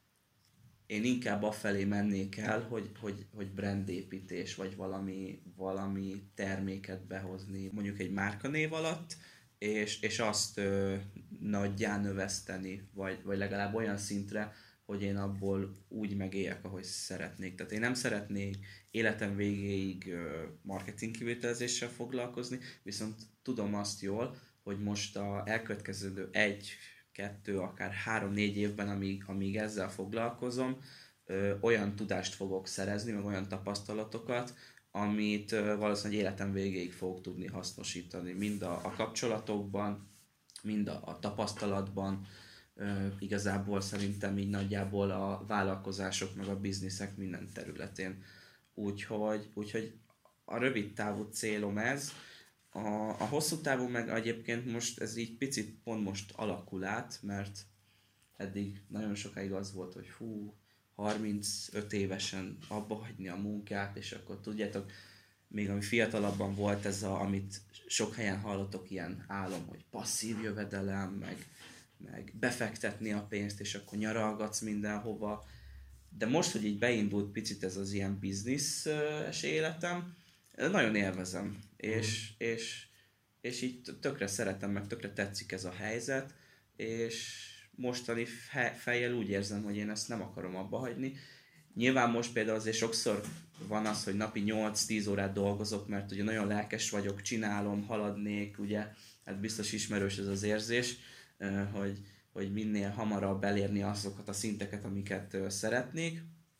én inkább afelé mennék el, hogy, hogy, hogy brandépítés, vagy valami, valami terméket behozni, mondjuk egy márkanév alatt, és, és azt ö, nagyján növeszteni, vagy, vagy legalább olyan szintre, hogy én abból úgy megéljek, ahogy szeretnék. Tehát én nem szeretnék életem végéig ö, marketing kivitelezéssel foglalkozni, viszont tudom azt jól, hogy most a elkövetkező egy, kettő, akár három-négy évben, amíg, amíg ezzel foglalkozom, ö, olyan tudást fogok szerezni, meg olyan tapasztalatokat, amit ö, valószínűleg életem végéig fogok tudni hasznosítani, mind a, a kapcsolatokban, mind a, a tapasztalatban. Ö, igazából szerintem így nagyjából a vállalkozások, meg a bizniszek minden területén. Úgyhogy, úgyhogy a rövid távú célom ez. A, a hosszú távú meg egyébként most ez így picit pont most alakul át, mert eddig nagyon sokáig az volt, hogy hú, harmincöt évesen abba hagyni a munkát, és akkor tudjátok, még ami fiatalabban volt ez, a, amit sok helyen hallottok, ilyen álom, hogy passzív jövedelem, meg, meg befektetni a pénzt, és akkor nyaralgatsz mindenhova. De most, hogy így beindult picit ez az ilyen bizniszes életem, nagyon élvezem, és, mm. és, és így tökre szeretem, meg tökre tetszik ez a helyzet, és mostani fejjel úgy érzem, hogy én ezt nem akarom abba hagyni. Nyilván most például azért sokszor van az, hogy napi nyolc-tíz órát dolgozok, mert ugye nagyon lelkes vagyok, csinálom, haladnék, ugye, hát biztos ismerős ez az érzés, hogy, hogy minél hamarabb elérni azokat a szinteket, amiket szeretnék,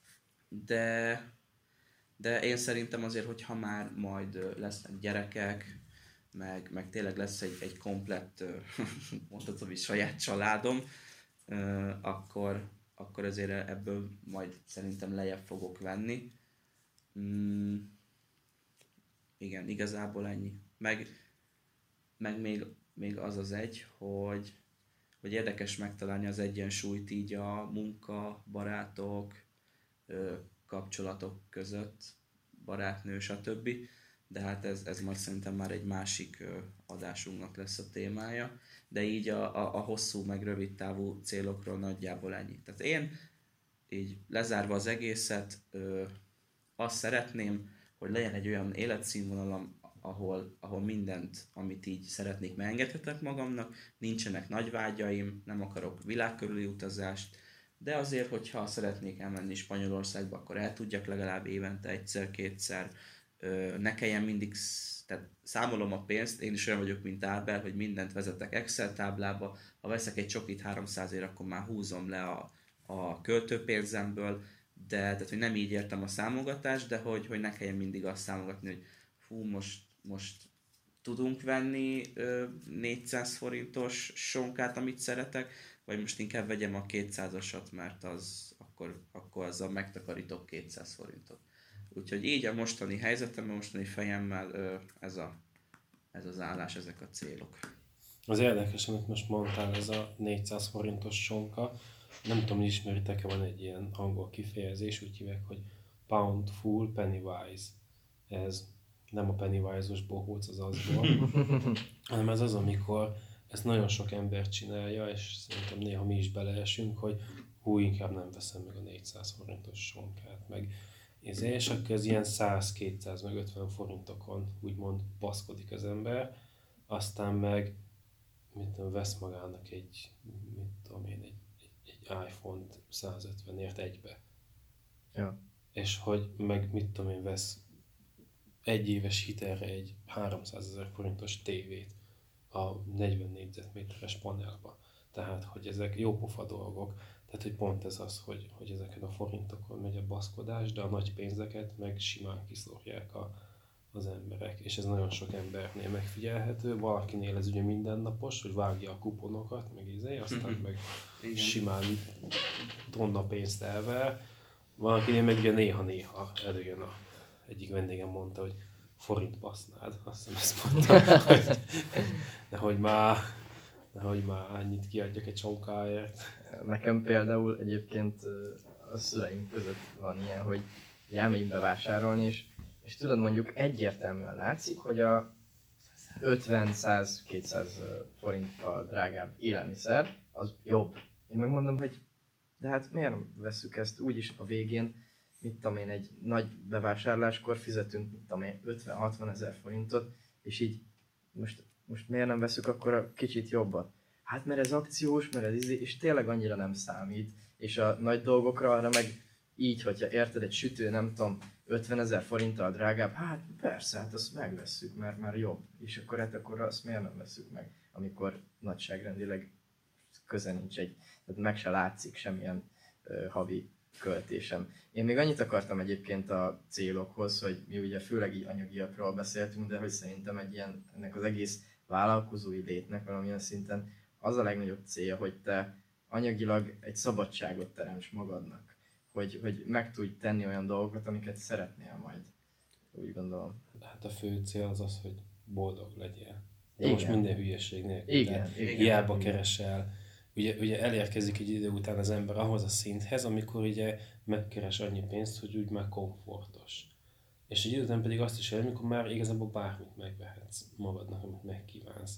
de De én szerintem azért, hogyha már majd lesznek gyerekek, meg, meg tényleg lesz egy, egy komplett, mondhatom is, saját családom, akkor, akkor azért ebből majd szerintem lejjebb fogok venni. Mm, igen, igazából ennyi. Meg, meg még, még az az egy, hogy, hogy érdekes megtalálni az egyensúlyt így a munka, barátok, kapcsolatok között, barátnő, stb. De hát ez, ez majd szerintem már egy másik ö, adásunknak lesz a témája. De így a, a, a hosszú meg rövid távú célokról nagyjából ennyi. Tehát én így lezárva az egészet, ö, azt szeretném, hogy legyen egy olyan életszínvonalam, ahol, ahol mindent, amit így szeretnék, megengedhetek magamnak, nincsenek nagy vágyaim, nem akarok világkörüli utazást, de azért, hogyha szeretnék elmenni Spanyolországba, akkor el tudjak legalább évente egyszer-kétszer, ne kelljen mindig, tehát számolom a pénzt, én is olyan vagyok, mint Ábel, hogy mindent vezetek Excel táblába, ha veszek egy csokit háromszázért, akkor már húzom le a, a költőpénzemből, de tehát, hogy nem így értem a számogatást, de hogy, hogy ne kelljen mindig azt számogatni, hogy fú, most, most tudunk venni ö, négyszáz forintos sonkát, amit szeretek, vagy most inkább vegyem a kétszázasat, mert az, akkor, akkor azzal megtakarítok kétszáz forintot. Úgyhogy így a mostani helyzetem, a mostani fejemmel ö, ez, a, ez az állás, ezek a célok. Az érdekes, amit most mondtál, ez a négyszáz forintos sonka. Nem tudom, hogy ismeritek-e, van egy ilyen angol kifejezés, úgy hívják, hogy pound full pennywise. Ez nem a Pennywise-os bohóc az azból, hanem ez az, amikor ezt nagyon sok ember csinálja, és szerintem néha mi is beleesünk, hogy hú, inkább nem veszem meg a négyszáz forintos sonkát, meg és akkor ez ilyen száz, kétszáz, meg ötven forintokon úgymond baszkodik az ember, aztán meg mit tudom, vesz magának egy, mit tudom én, egy, egy, egy iPhone-t százötvenért egybe. Ja. És hogy meg mit tudom én, vesz egy éves hitelre egy háromszázezer forintos tévét a negyven négyzetméteres panelba. Tehát, hogy ezek jópofa dolgok. Tehát, hogy pont ez az, hogy, hogy ezeken a forintokon megy a baszkodás, de a nagy pénzeket meg simán kiszórják a, az emberek. És ez nagyon sok embernél megfigyelhető. Valakinél ez ugye mindennapos, hogy vágja a kuponokat, meg izé, aztán meg simán tonna pénzt elver. Valakinél meg ugye néha-néha előjön a egyik vendégem mondta, hogy forint basznád, azt hiszem ezt mondta, hogy nehogy már, nehogy már annyit kiadjak egy csonkáért. Nekem például egyébként a szüleim között van ilyen, hogy elmegyünk bevásárolni, és, és tudod, mondjuk egyértelműen látszik, hogy a ötven, száz, kétszáz forinttal drágább élelmiszer az jobb. Én megmondom, hogy de hát miért veszük ezt úgyis a végén, mit tudom én, egy nagy bevásárláskor fizetünk, mit tudom én, ötven-hatvan ezer forintot, és így most, most miért nem veszük akkor a kicsit jobbat? Hát mert ez akciós, mert ez izé, és tényleg annyira nem számít, és a nagy dolgokra arra meg így, hogyha érted, egy sütő, nem tudom, ötven ezer forinttal drágább, hát persze, hát azt megvesszük, mert már jobb, és akkor hát akkor azt miért nem veszük meg, amikor nagyságrendileg köze nincs egy, tehát meg se látszik semmilyen uh, havi költésem. Én még annyit akartam egyébként a célokhoz, hogy mi ugye főleg így anyagiakról beszéltünk, de hogy szerintem egy ilyen, ennek az egész vállalkozói létnek valamilyen szinten az a legnagyobb célja, hogy te anyagilag egy szabadságot teremts magadnak. Hogy, hogy meg tudj tenni olyan dolgokat, amiket szeretnél majd. Úgy gondolom. Hát a fő cél az az, hogy boldog legyél. Igen. Most minden hülyeség nélkül. Igen, igen, hiába igen. keresel. Ugye, ugye elérkezik egy idő után az ember ahhoz a szinthez, amikor ugye megkeres annyi pénzt, hogy úgy már komfortos. És egy idő után pedig azt is el, amikor már igazából bármit megvehetsz magadnak, amit megkívánsz.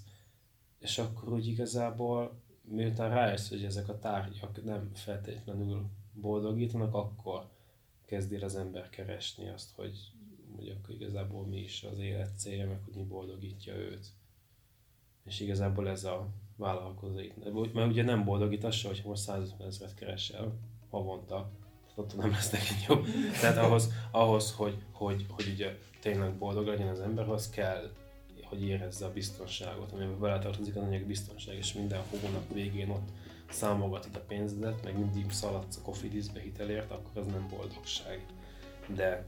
És akkor úgy igazából, miután rájössz, hogy ezek a tárgyak nem feltétlenül boldogítanak, akkor kezdél az ember keresni azt, hogy, hogy akkor igazából mi is az élet célja, meg hogy mi boldogítja őt. És igazából ez a vállalkozói. Mert ugye nem boldogít az se, hogyha most százötven ezret keresel havonta, ott nem lesz neked jobb. Tehát ahhoz, ahhoz hogy, hogy, hogy ugye tényleg boldog legyen az ember, az kell, hogy érezze a biztonságot, amiben beletartozik az anyagi biztonság, és minden hónap végén ott számogatod a pénzedet, meg mindig szaladsz a Cofidisbe hitelért, akkor az nem boldogság. De,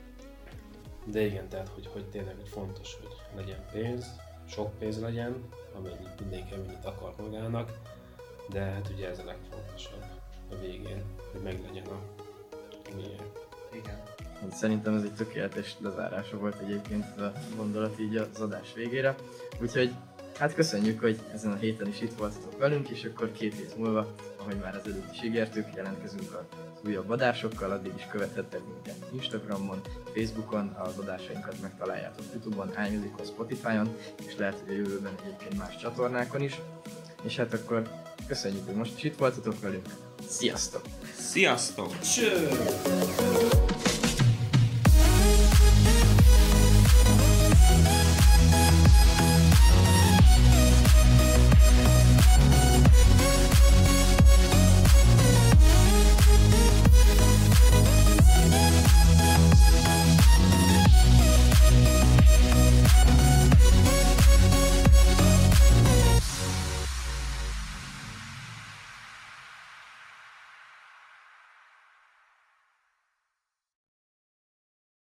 de igen, tehát hogy, hogy tényleg hogy fontos, hogy legyen pénz, sok pénz legyen, amennyit mindenki amennyit akar magának, de hát ugye ez a legfontosabb a végén, hogy meglegyen a miért. Igen. Szerintem ez egy tökéletes lezárása volt egyébként a gondolat így az adás végére. Úgyhogy Hát köszönjük, hogy ezen a héten is itt voltatok velünk, és akkor két hét múlva, ahogy már az előtt is ígértük, jelentkezünk az újabb adásokkal, addig is követhettek minket Instagramon, Facebookon, az adásainkat megtaláljátok YouTube-on, iMusicon, Spotify-on, és lehet, hogy a jövőben egyébként más csatornákon is. És hát akkor köszönjük, hogy most is itt voltatok velünk. Sziasztok! Sziasztok! Cső!